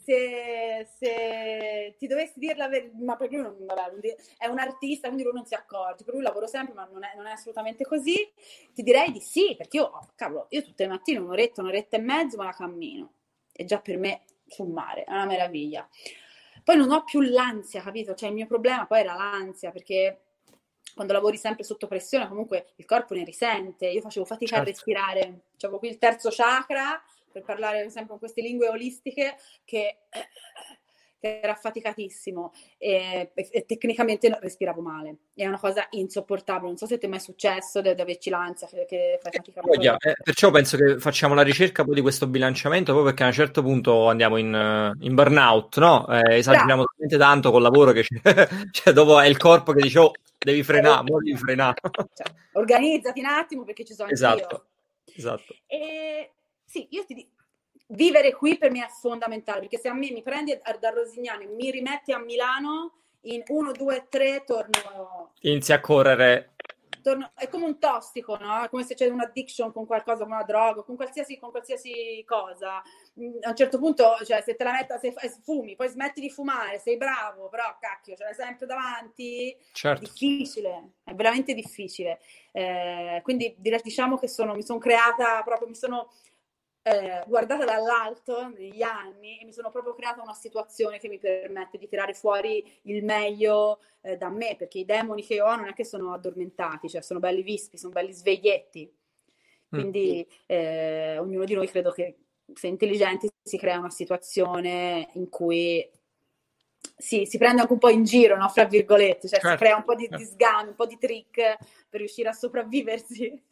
se ti dovessi dire la verità, ma perché lui è un artista, quindi lui non si accorge, per lui lavoro sempre, ma non è assolutamente così, ti direi di sì, perché io tutte le mattine un'oretta e mezzo me la cammino, e già per me sul mare è una meraviglia. Poi non ho più l'ansia, capito? Cioè il mio problema poi era l'ansia, perché quando lavori sempre sotto pressione comunque il corpo ne risente, io facevo fatica a respirare, avevo qui il terzo chakra, per parlare sempre con queste lingue olistiche, che era affaticatissimo e tecnicamente respiravo male. È una cosa insopportabile. Non so se ti è mai successo di averci l'ansia, che fai fatica. Perciò penso che facciamo la ricerca poi di questo bilanciamento, proprio perché a un certo punto andiamo in burnout, no? Esageriamo talmente tanto col lavoro che cioè, dopo è il corpo che dice devi frenare, devi frenare. Cioè, organizzati un attimo perché ci sono esatto. E sì, io ti dico, vivere qui per me è fondamentale, perché se a me mi prendi da Rosignano e mi rimetti a Milano, in 1, 2, 3 torno... Inizi a correre. È come un tossico, no? È come se c'è un'addiction con qualcosa, con una droga, con qualsiasi cosa. A un certo punto, cioè, se te la metti, se fumi, poi smetti di fumare, sei bravo, però cacchio, ce l'hai sempre davanti. Certo. È difficile, è veramente difficile. Quindi diciamo che mi sono creata proprio, mi sono guardata dall'alto negli anni e mi sono proprio creata una situazione che mi permette di tirare fuori il meglio da me, perché i demoni che ho non è che sono addormentati, cioè sono belli vispi, sono belli sveglietti, quindi ognuno di noi, credo che se intelligenti, si crea una situazione in cui si prende anche un po' in giro, no? Fra virgolette, cioè si crea un po' di sgami, un po' di trick per riuscire a sopravviversi.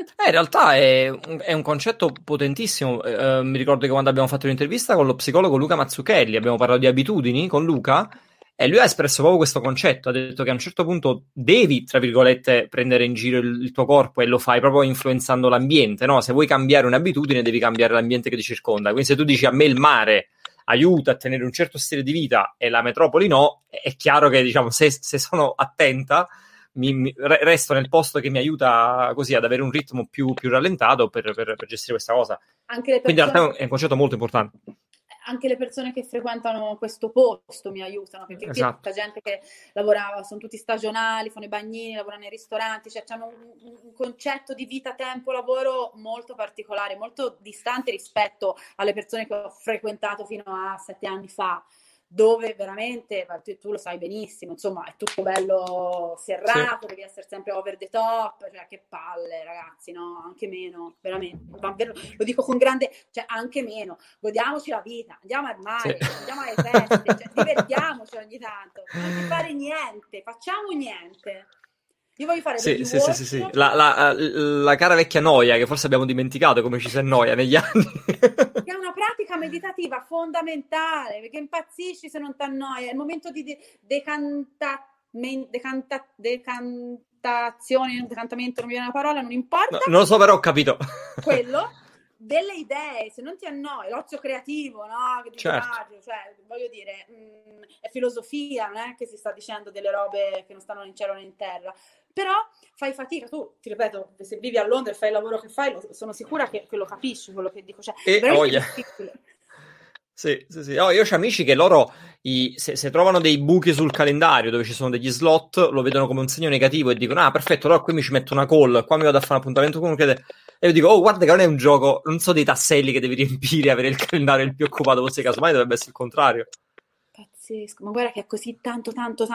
In realtà è un concetto potentissimo. Mi ricordo che quando abbiamo fatto l'intervista con lo psicologo Luca Mazzucchelli, abbiamo parlato di abitudini con Luca, e lui ha espresso proprio questo concetto. Ha detto che a un certo punto devi, tra virgolette, prendere in giro il tuo corpo, e lo fai proprio influenzando l'ambiente, no? Se vuoi cambiare un'abitudine, devi cambiare l'ambiente che ti circonda. Quindi se tu dici: a me il mare aiuta a tenere un certo stile di vita e la metropoli no, è chiaro che, diciamo, se sono attenta, resto nel posto che mi aiuta così ad avere un ritmo più rallentato per gestire questa cosa. Anche le Quindi in persone, realtà è un concetto molto importante. anche le persone che frequentano questo posto mi aiutano, perché qui Esatto. c'è gente che lavorava, sono tutti stagionali, fanno i bagnini, lavorano nei ristoranti, cioè hanno un concetto di vita, tempo, lavoro molto particolare, molto distante rispetto alle persone che ho frequentato fino a 7 anni fa, dove veramente, tu lo sai benissimo, insomma, è tutto bello serrato, devi essere sempre over the top, cioè che palle, ragazzi, no? Anche meno, veramente, lo dico con grande, cioè anche meno, godiamoci la vita, andiamo al mare, Sì. andiamo alle feste, cioè, divertiamoci ogni tanto, non di fare niente, facciamo niente. Io voglio fare degli Sì. workshop. La cara vecchia noia, che forse abbiamo dimenticato come ci si annoia negli anni. Che è una pratica meditativa fondamentale, perché impazzisci se non ti annoia. È il momento di decantamento, non mi viene la parola, non importa. Non lo so, però ho capito. Quello delle idee, se non ti annoi, l'ozio creativo, no? Che dici, Certo. cioè, voglio dire, è filosofia, non è che si sta dicendo delle robe che non stanno né in cielo né in terra. Però fai fatica, tu, ti ripeto, se vivi a Londra e fai il lavoro che fai, sono sicura che lo capisci quello che dico, cioè, E veramente difficile. Sì. Oh, io ho amici che loro, se trovano dei buchi sul calendario dove ci sono degli slot, lo vedono come un segno negativo e dicono: ah, perfetto, allora qui mi ci metto una call, qua mi vado a fare un appuntamento con uno che... E io dico: oh, guarda che non è un gioco, non so dei tasselli che devi riempire, avere il calendario il più occupato possibile, casomai dovrebbe essere il contrario. Pazzesco, ma guarda che è così tanto,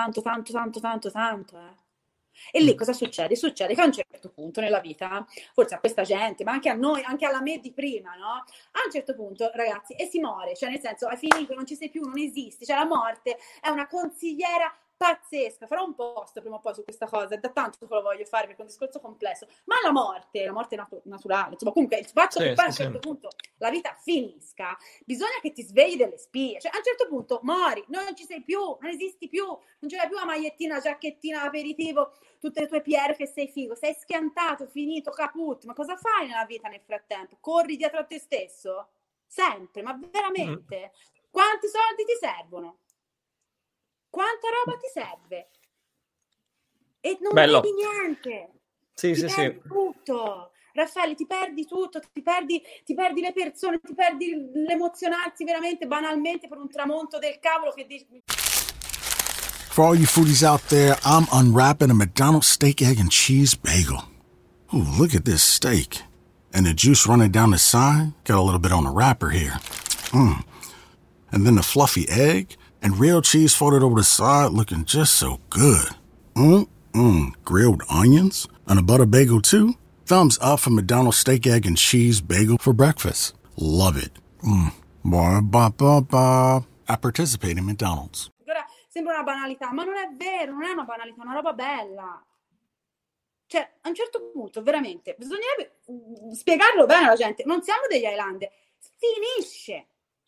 E lì cosa succede? Succede che a un certo punto nella vita, forse a questa gente, ma anche a noi, anche alla me di prima, no? A un certo punto, ragazzi, e si muore, cioè nel senso, è finito, non ci sei più, non esisti, cioè la morte è una consigliera pazzesca. Farò un post prima o poi su questa cosa, è da tanto che lo voglio fare perché è un discorso complesso, ma la morte naturale, insomma, comunque il fatto che poi a un certo punto la vita finisca, bisogna che ti svegli delle spie, cioè a un certo punto mori, non ci sei più, non esisti più, non ce l'hai più la magliettina, la giacchettina, l'aperitivo, tutte le tue PR che sei figo, sei schiantato, finito, caput, ma cosa fai nella vita nel frattempo? Corri dietro a te stesso? Sempre, ma veramente? Quanti soldi ti servono? Quanta roba ti serve? E non vedi niente. Sì. Tutto. Raffaele, ti perdi tutto, ti perdi le persone, ti perdi l'emozionarsi veramente banalmente per un tramonto del cavolo che dici. For all you foodies out there, I'm unwrapping a McDonald's steak, egg, and cheese bagel. Ooh, look at this steak. And the juice running down the side. Got a little bit on the wrapper here. And then the fluffy egg and real cheese folded over the side, looking just so good. Grilled onions and a butter bagel too. Thumbs up for McDonald's steak, egg, and cheese bagel for breakfast. Love it. Ba-ba-ba-ba. I participate in McDonald's. Sembra una banalità, ma non è vero, non è una banalità, è una roba bella. Cioè, a un certo punto, veramente, bisognerebbe spiegarlo bene alla gente. Non siamo degli Highlander. Finisce.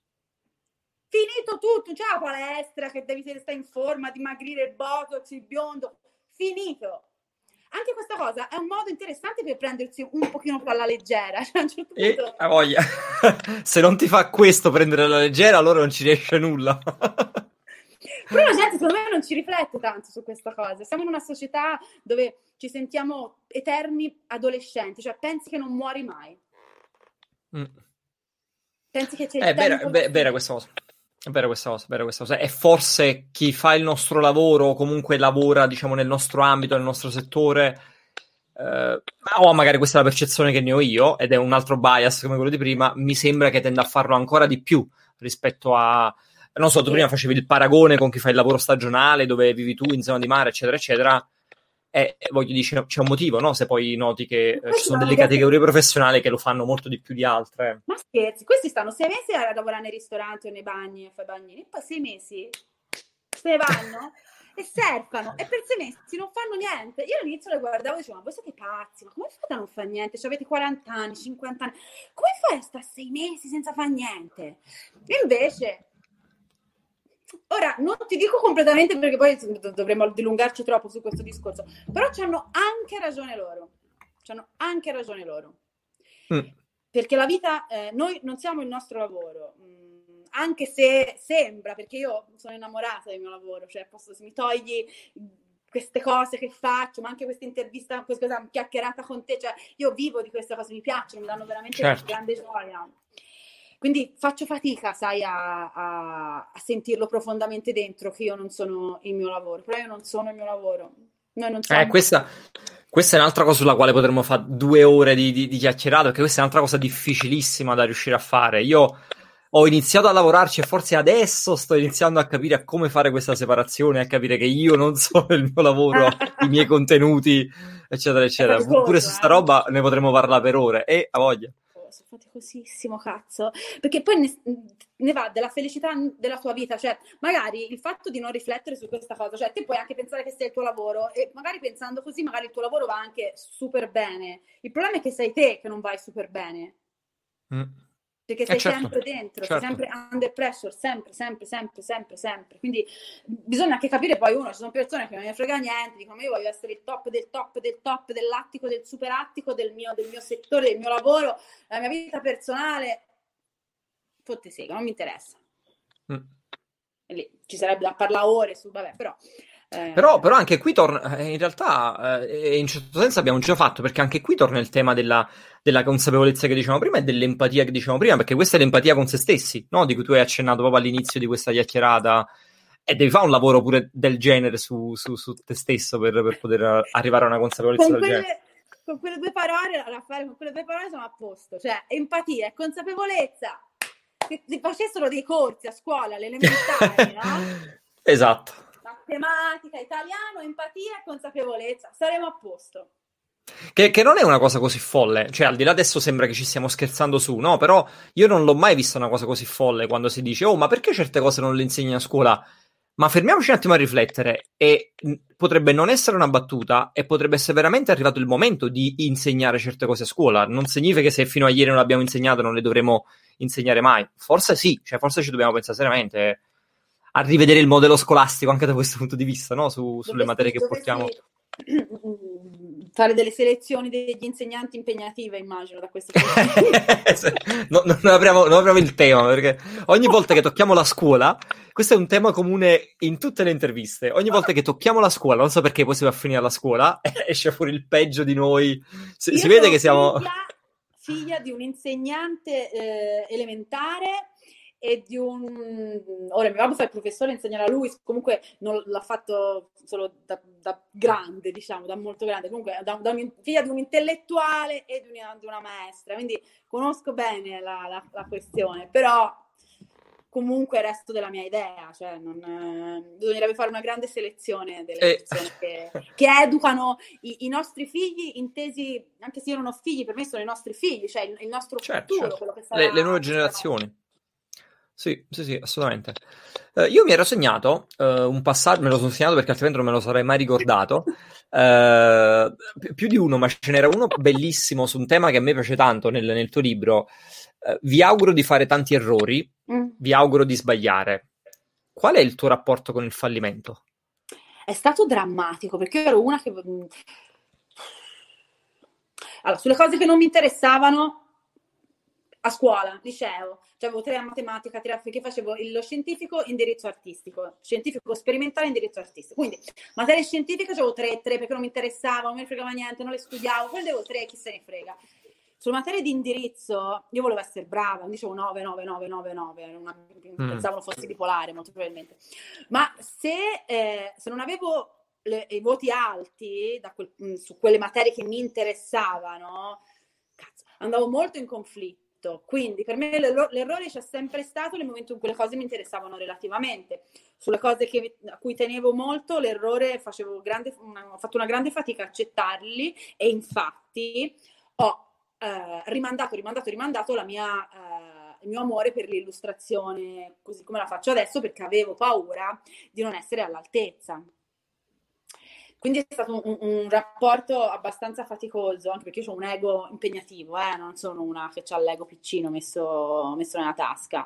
Finito tutto. Non c'è la palestra che devi stare in forma, dimagrire il botox, il biondo. Finito. Anche questa cosa è un modo interessante per prendersi un pochino più alla leggera. Cioè, a un certo punto... a voglia. Se non ti fa questo prendere alla leggera, allora non ci riesce nulla. Però la gente secondo me non ci riflette tanto su questa cosa. Siamo in una società dove ci sentiamo eterni adolescenti, cioè pensi che non muori mai. Pensi che c'è vera questa cosa. È vera questa cosa. E forse chi fa il nostro lavoro o comunque lavora, diciamo, nel nostro ambito, nel nostro settore, o magari questa è la percezione che ne ho io, ed è un altro bias come quello di prima, mi sembra che tenda a farlo ancora di più rispetto a... Non so, tu prima facevi il paragone con chi fa il lavoro stagionale, dove vivi tu in zona di mare, eccetera, eccetera. E voglio dire, c'è un motivo, no? Se poi noti che ci sono delle categorie professionali che lo fanno molto di più di altre. Ma scherzi, questi stanno 6 mesi a lavorare nei ristoranti o nei bagni, a fare bagnini, poi 6 mesi se ne vanno e surfano e per 6 mesi non fanno niente. Io all'inizio le guardavo e dicevo: ma voi siete pazzi, ma come fate a non fare niente? Cioè, avete 40 anni, 50 anni, come fai a stare 6 mesi senza fare niente? E invece, ora non ti dico completamente perché poi dovremmo dilungarci troppo su questo discorso, però c'hanno anche ragione loro. Perché la vita, noi non siamo il nostro lavoro, anche se sembra, perché io sono innamorata del mio lavoro, cioè se mi togli queste cose che faccio, ma anche questa intervista, questa chiacchierata con te, cioè io vivo di queste cose, mi piacciono, mi danno veramente grande gioia. Quindi faccio fatica, sai, a sentirlo profondamente dentro, che io non sono il mio lavoro, però io non sono il mio lavoro. Noi non siamo... Questa è un'altra cosa sulla quale potremmo fare 2 ore di chiacchierata, perché questa è un'altra cosa difficilissima da riuscire a fare. Io ho iniziato a lavorarci e forse adesso sto iniziando a capire a come fare questa separazione, a capire che io non sono il mio lavoro, i miei contenuti, eccetera, eccetera. Pure su sta roba ne potremmo parlare per ore, e a voglia. Sono faticosissimo, cazzo, perché poi ne va della felicità della tua vita, cioè magari il fatto di non riflettere su questa cosa, cioè te puoi anche pensare che sia il tuo lavoro e magari pensando così magari il tuo lavoro va anche super bene, il problema è che sei te che non vai super bene, perché sei sempre dentro, sei sempre under pressure, sempre, quindi bisogna anche capire poi ci sono persone che non ne frega niente, dicono io voglio essere il top dell'attico, del super attico, del mio settore, del mio lavoro, la mia vita personale, fotte sega, non mi interessa. E lì ci sarebbe da parlare ore su, vabbè, però anche qui torna, in realtà, in un certo senso abbiamo già fatto, perché anche qui torna il tema della consapevolezza che dicevamo prima e dell'empatia che dicevamo prima, perché questa è l'empatia con se stessi, no? Di cui tu hai accennato proprio all'inizio di questa chiacchierata, e devi fare un lavoro pure del genere su te stesso per poter arrivare a una consapevolezza del genere. Con quelle 2 parole, siamo a posto, cioè empatia e consapevolezza, che si facessero dei corsi a scuola, alle elementari, no? Esatto. Matematica, italiano, empatia e consapevolezza, saremo a posto. Che non è una cosa così folle, cioè al di là adesso sembra che ci stiamo scherzando su, no? Però io non l'ho mai vista una cosa così folle quando si dice ma perché certe cose non le insegni a scuola? Ma fermiamoci un attimo a riflettere, e potrebbe non essere una battuta e potrebbe essere veramente arrivato il momento di insegnare certe cose a scuola. Non significa che se fino a ieri non l'abbiamo insegnato non le dovremo insegnare mai, forse sì, cioè forse ci dobbiamo pensare seriamente a rivedere il modello scolastico anche da questo punto di vista, no? Sulle materie che portiamo. Fare delle selezioni degli insegnanti impegnative, immagino, da questo punto di vista. Non apriamo il tema, perché ogni volta che tocchiamo la scuola, questo è un tema comune in tutte le interviste, ogni volta che tocchiamo la scuola, non so perché poi si va a finire alla scuola, esce fuori il peggio di noi, si vede che siamo... Figlia di un insegnante elementare e di ora mio babbo fa il professore, insegnerà a lui, comunque non l'ha fatto solo da grande, diciamo, da molto grande, comunque figlia di un intellettuale e di una maestra, quindi conosco bene la questione, però comunque resto della mia idea, cioè bisognerebbe fare una grande selezione delle persone che educano i nostri figli, intesi, anche se io non ho figli, per me sono i nostri figli, cioè il nostro futuro, quello che sarà, le nuove generazioni. Sì, assolutamente. Io mi ero segnato un passaggio, me lo sono segnato perché altrimenti non me lo sarei mai ricordato, più di uno, ma ce n'era uno bellissimo su un tema che a me piace tanto nel tuo libro. Vi auguro di fare tanti errori, vi auguro di sbagliare. Qual è il tuo rapporto con il fallimento? È stato drammatico, perché io ero una che... Allora, sulle cose che non mi interessavano, a scuola, liceo, cioè avevo 3 a matematica, 3 perché facevo lo scientifico, indirizzo artistico, scientifico sperimentale, indirizzo artistico. Quindi materie scientifiche avevo 3 perché non mi interessava, non mi fregava niente, non le studiavo, poi avevo 3, chi se ne frega. Sulla materia di indirizzo io volevo essere brava, non dicevo 9, pensavo fossi bipolare molto probabilmente. Ma se non avevo i voti alti su quelle materie che mi interessavano, cazzo, andavo molto in conflitto. Quindi per me l'errore c'è sempre stato nel momento in cui le cose mi interessavano relativamente. Sulle cose a cui tenevo molto, l'errore ho fatto una grande fatica a accettarli, e infatti ho rimandato il mio amore per l'illustrazione così come la faccio adesso, perché avevo paura di non essere all'altezza. Quindi è stato un rapporto abbastanza faticoso, anche perché io ho un ego impegnativo, non sono una che ha l'ego piccino messo nella tasca.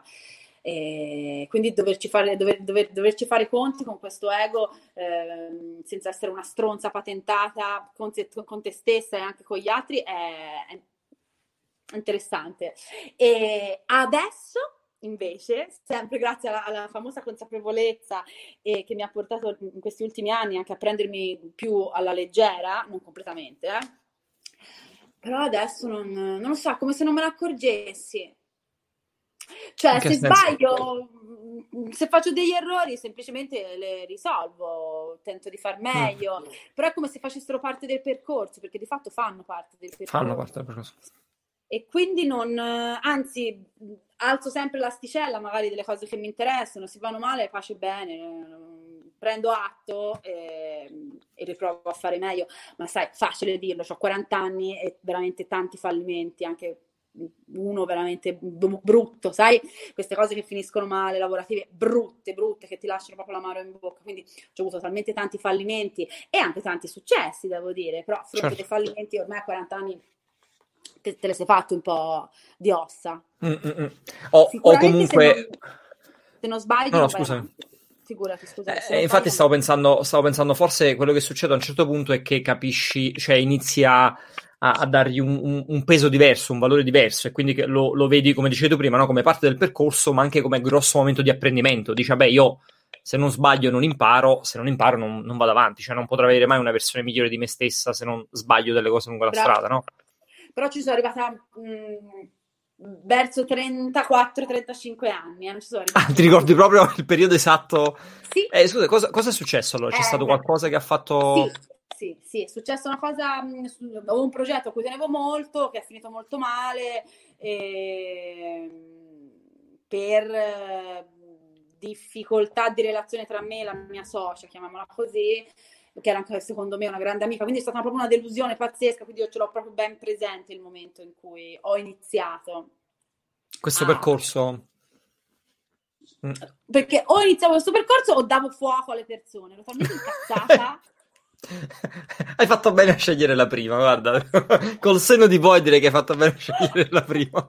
E quindi doverci fare i conti con questo ego, senza essere una stronza patentata con te stessa e anche con gli altri, è interessante. E adesso invece, sempre grazie alla famosa consapevolezza che mi ha portato in questi ultimi anni anche a prendermi più alla leggera, non completamente, però adesso non lo so, come se non me ne accorgessi. Cioè, se sbaglio, se faccio degli errori, semplicemente le risolvo, tento di far meglio, però è come se facessero parte del percorso, perché di fatto fanno parte del percorso. Fanno parte del percorso. E quindi anzi, alzo sempre l'asticella magari delle cose che mi interessano, se vanno male, pace bene, prendo atto e riprovo a fare meglio. Ma sai, facile dirlo, ho 40 anni e veramente tanti fallimenti, anche uno veramente brutto, sai? Queste cose che finiscono male, lavorative brutte, che ti lasciano proprio l'amaro in bocca. Quindi ho avuto talmente tanti fallimenti e anche tanti successi, devo dire, però a fronte dei fallimenti ormai a 40 anni te le sei fatto un po' di ossa. O comunque se non sbaglio, no, scusami. Figurati, scusa. Infatti stavo pensando forse quello che succede a un certo punto è che capisci, cioè inizia a dargli un peso diverso, un valore diverso, e quindi che lo vedi, come dicevi tu prima, no? Come parte del percorso, ma anche come grosso momento di apprendimento. Dici, vabbè, io se non sbaglio non imparo, se non imparo non vado avanti, cioè non potrò avere mai una versione migliore di me stessa se non sbaglio delle cose lungo la strada, no? Però ci sono arrivata verso 34-35 anni, non ci sono arrivata. Ti ricordi proprio il periodo esatto? Sì. Scusa, cosa è successo allora? C'è stato qualcosa che ha fatto... Sì, è successa una cosa, avevo un progetto a cui tenevo molto, che è finito molto male, per difficoltà di relazione tra me e la mia socia, chiamiamola così, che era anche secondo me una grande amica, quindi è stata proprio una delusione pazzesca, quindi io ce l'ho proprio ben presente il momento in cui ho iniziato questo percorso. Perché o iniziavo questo percorso o davo fuoco alle persone, ero talmente incazzata. Hai fatto bene a scegliere la prima, guarda, col senno di poi direi che hai fatto bene a scegliere la prima.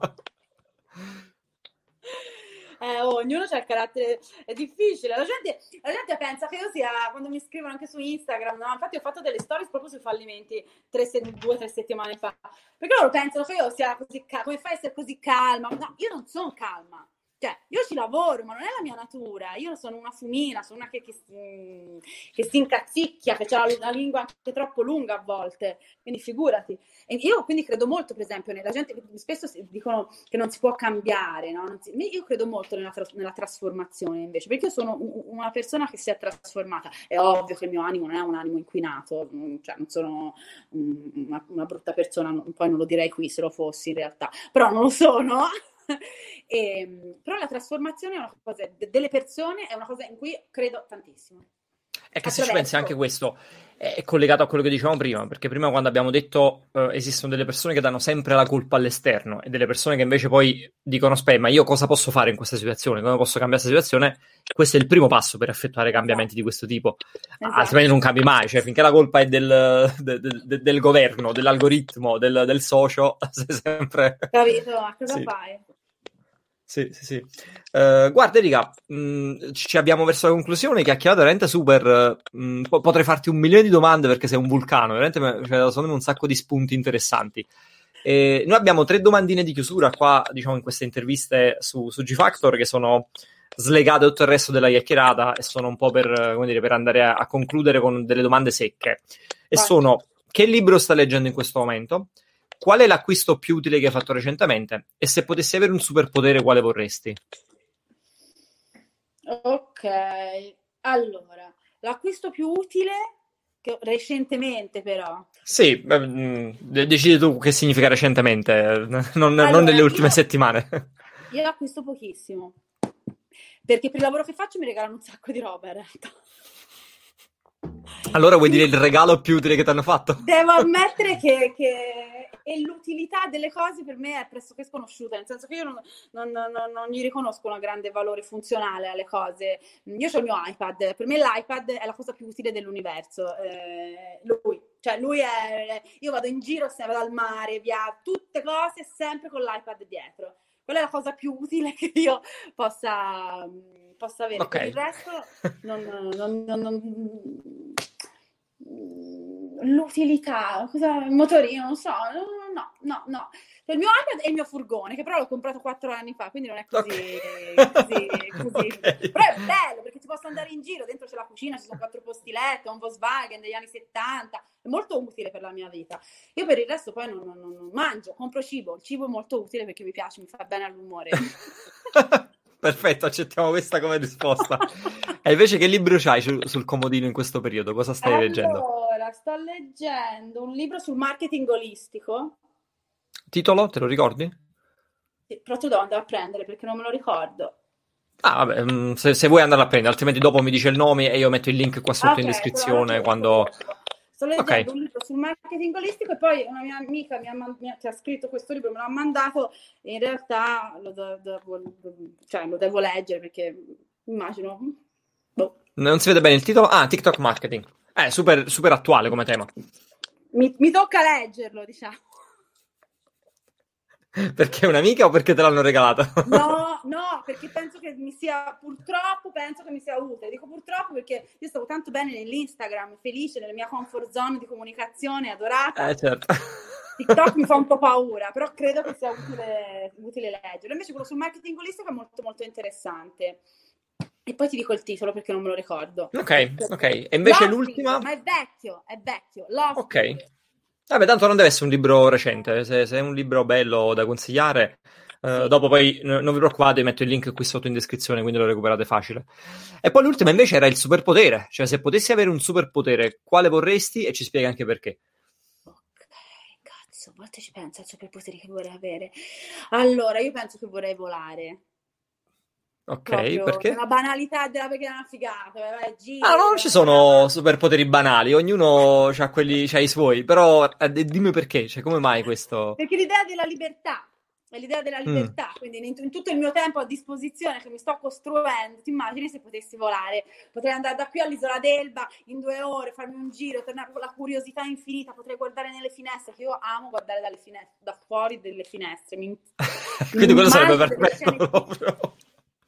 Ognuno c'ha il carattere, è difficile, la gente pensa che io sia, quando mi scrivono anche su Instagram, no? Infatti ho fatto delle stories proprio sui fallimenti 2 o 3 settimane fa, perché loro pensano che io sia così come fai a essere così calma? No, io non sono calma. Cioè, io ci lavoro, ma non è la mia natura. Io sono una fumina, sono una che si incazzicchia, che ha la lingua anche troppo lunga a volte. Quindi figurati. E io quindi credo molto, per esempio, nella gente spesso dicono che non si può cambiare, no? Io credo molto nella trasformazione, invece, perché io sono una persona che si è trasformata. È ovvio che il mio animo non è un animo inquinato, cioè non sono una brutta persona, poi non lo direi qui se lo fossi in realtà, però non lo sono. Però la trasformazione è una cosa delle persone, è una cosa in cui credo tantissimo. È che se ci pensi anche questo è collegato a quello che dicevamo prima, perché prima quando abbiamo detto esistono delle persone che danno sempre la colpa all'esterno e delle persone che invece poi dicono aspetta, ma io cosa posso fare in questa situazione, come posso cambiare questa situazione? Questo è il primo passo per effettuare cambiamenti di questo tipo. Altrimenti non cambi mai, cioè finché la colpa è del governo, dell'algoritmo, del socio, sei sempre... Capito? Ma cosa fai? Sì. Guarda Erika, ci abbiamo verso la conclusione, chiacchierata veramente super, potrei farti 1 milione di domande perché sei un vulcano, veramente secondo me un sacco di spunti interessanti. Noi abbiamo 3 domandine di chiusura qua, diciamo, in queste interviste su G-Factor, che sono slegate da tutto il resto della chiacchierata e sono un po' per andare a concludere con delle domande secche. E sono: che libro stai leggendo in questo momento? Qual è l'acquisto più utile che hai fatto recentemente? E se potessi avere un superpotere, quale vorresti? Ok, allora, l'acquisto più utile recentemente, però. Sì, decidi tu che significa recentemente, non nelle ultime settimane. Io acquisto pochissimo, perché per il lavoro che faccio mi regalano un sacco di roba, in realtà. Allora vuoi dire il regalo più utile che ti hanno fatto? Devo ammettere che e l'utilità delle cose per me è pressoché sconosciuta, nel senso che io non gli riconosco un grande valore funzionale alle cose. Io ho il mio iPad, per me l'iPad è la cosa più utile dell'universo. Lui è... Io vado in giro, vado al mare, via, tutte cose sempre con l'iPad dietro. Quella è la cosa più utile che io possa avere. Okay. Per il resto l'utilità, il motorino, non so, no. Il mio iPad e il mio furgone, che però l'ho comprato 4 anni fa, quindi non è così. Okay. Però è bello perché ci posso andare in giro, dentro c'è la cucina, ci sono 4 posti letto, un Volkswagen degli anni 70, è molto utile per la mia vita. Io per il resto poi non mangio, compro cibo, il cibo è molto utile perché mi piace, mi fa bene all'umore. Perfetto, accettiamo questa come risposta. E invece che libro c'hai sul comodino in questo periodo? Cosa stai leggendo? Allora, sto leggendo un libro sul marketing olistico. Titolo, te lo ricordi? Sì, però tu devo andare a prendere perché non me lo ricordo. Ah, vabbè, se vuoi andarlo a prendere, altrimenti dopo mi dice il nome e io metto il link qua sotto in descrizione quando... Sto leggendo un libro sul marketing olistico e poi una mia amica che ha scritto questo libro, me l'ha mandato e in realtà lo devo leggere perché immagino... Non si vede bene il titolo? Ah, TikTok Marketing. Super, super attuale come tema. Mi tocca leggerlo, diciamo. Perché è un'amica o perché te l'hanno regalata? No, perché penso che mi sia utile. Dico purtroppo perché io stavo tanto bene nell'Instagram, felice, nella mia comfort zone di comunicazione, adorata. Certo. TikTok mi fa un po' paura, però credo che sia utile leggerlo. Invece quello sul marketing olistico è molto molto interessante. E poi ti dico il titolo perché non me lo ricordo. Ok. E invece l'ultima? Ma è vecchio. Lost. Ok. Vabbè, tanto non deve essere un libro recente, se è un libro bello da consigliare, sì. Dopo poi non vi preoccupate, metto il link qui sotto in descrizione, quindi lo recuperate facile. E poi l'ultima invece era il superpotere, cioè se potessi avere un superpotere, quale vorresti? E ci spiega anche perché. Ok, cazzo, a volte ci penso ai superpoteri che vorrei avere. Allora, io penso che vorrei volare. Ok, proprio, perché? Una banalità della perché è una figata. Non ci sono superpoteri banali, ognuno c'ha i suoi, però dimmi perché, cioè come mai questo? Perché l'idea della libertà, è l'idea della libertà, quindi in tutto il mio tempo a disposizione che mi sto costruendo, ti immagini se potessi volare? Potrei andare da qui all'isola d'Elba in 2 ore, farmi un giro, tornare con la curiosità infinita, potrei guardare nelle finestre, che io amo guardare dalle finestre, da fuori delle finestre. Quindi quello sarebbe perfetto proprio.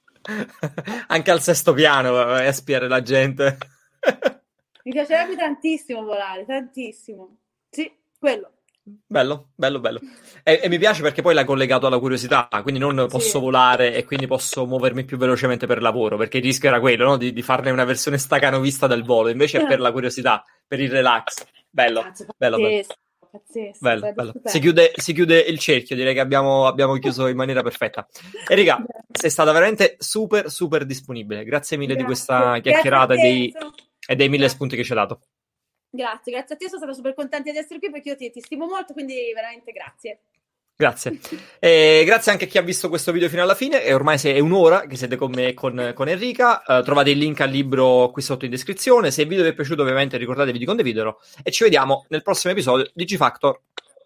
Anche al 6° piano a spiare la gente. Mi piacerebbe tantissimo volare, tantissimo. Sì, quello. Bello. E mi piace perché poi l'ha collegato alla curiosità, quindi non posso volare e quindi posso muovermi più velocemente per lavoro, perché il rischio era quello, no? di farne una versione stacanovista del volo, invece è per la curiosità, per il relax. Bello. Pazzesco, bello. Si chiude il cerchio, direi che abbiamo chiuso in maniera perfetta. Enrica, sei stata veramente super super disponibile, grazie mille di questa chiacchierata e dei 1000 spunti che ci hai dato. Grazie a te, sono stata super contenta di essere qui perché io ti stimo molto, quindi veramente grazie. Grazie. E grazie anche a chi ha visto questo video fino alla fine, e ormai è un'ora che siete con me con Enrica. Trovate il link al libro qui sotto in descrizione. Se il video vi è piaciuto, ovviamente ricordatevi di condividerlo e ci vediamo nel prossimo episodio di G-Factor.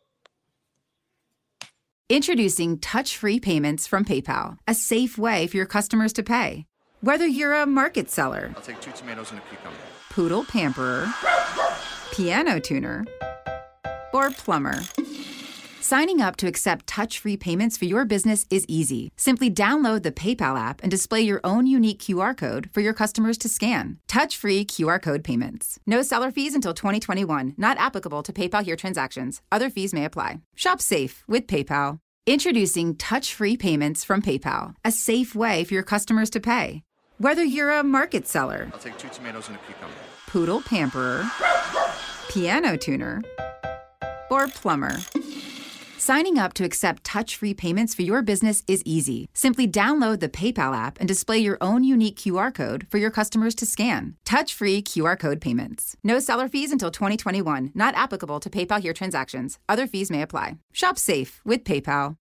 Introducing touch-free payments from PayPal, a safe way for your customers to pay. Whether you're a market seller, I'll take 2 tomatoes and a cucumber. poodle pamperer, piano tuner, or plumber. Signing up to accept touch-free payments for your business is easy. Simply download the PayPal app and display your own unique QR code for your customers to scan. Touch-free QR code payments. No seller fees until 2021. Not applicable to PayPal Here transactions. Other fees may apply. Shop safe with PayPal. Introducing touch-free payments from PayPal, a safe way for your customers to pay. Whether you're a market seller, I'll take 2 tomatoes and a cucumber. poodle pamperer, piano tuner, or plumber. Signing up to accept touch-free payments for your business is easy. Simply download the PayPal app and display your own unique QR code for your customers to scan. Touch-free QR code payments. No seller fees until 2021. Not applicable to PayPal Here transactions. Other fees may apply. Shop safe with PayPal.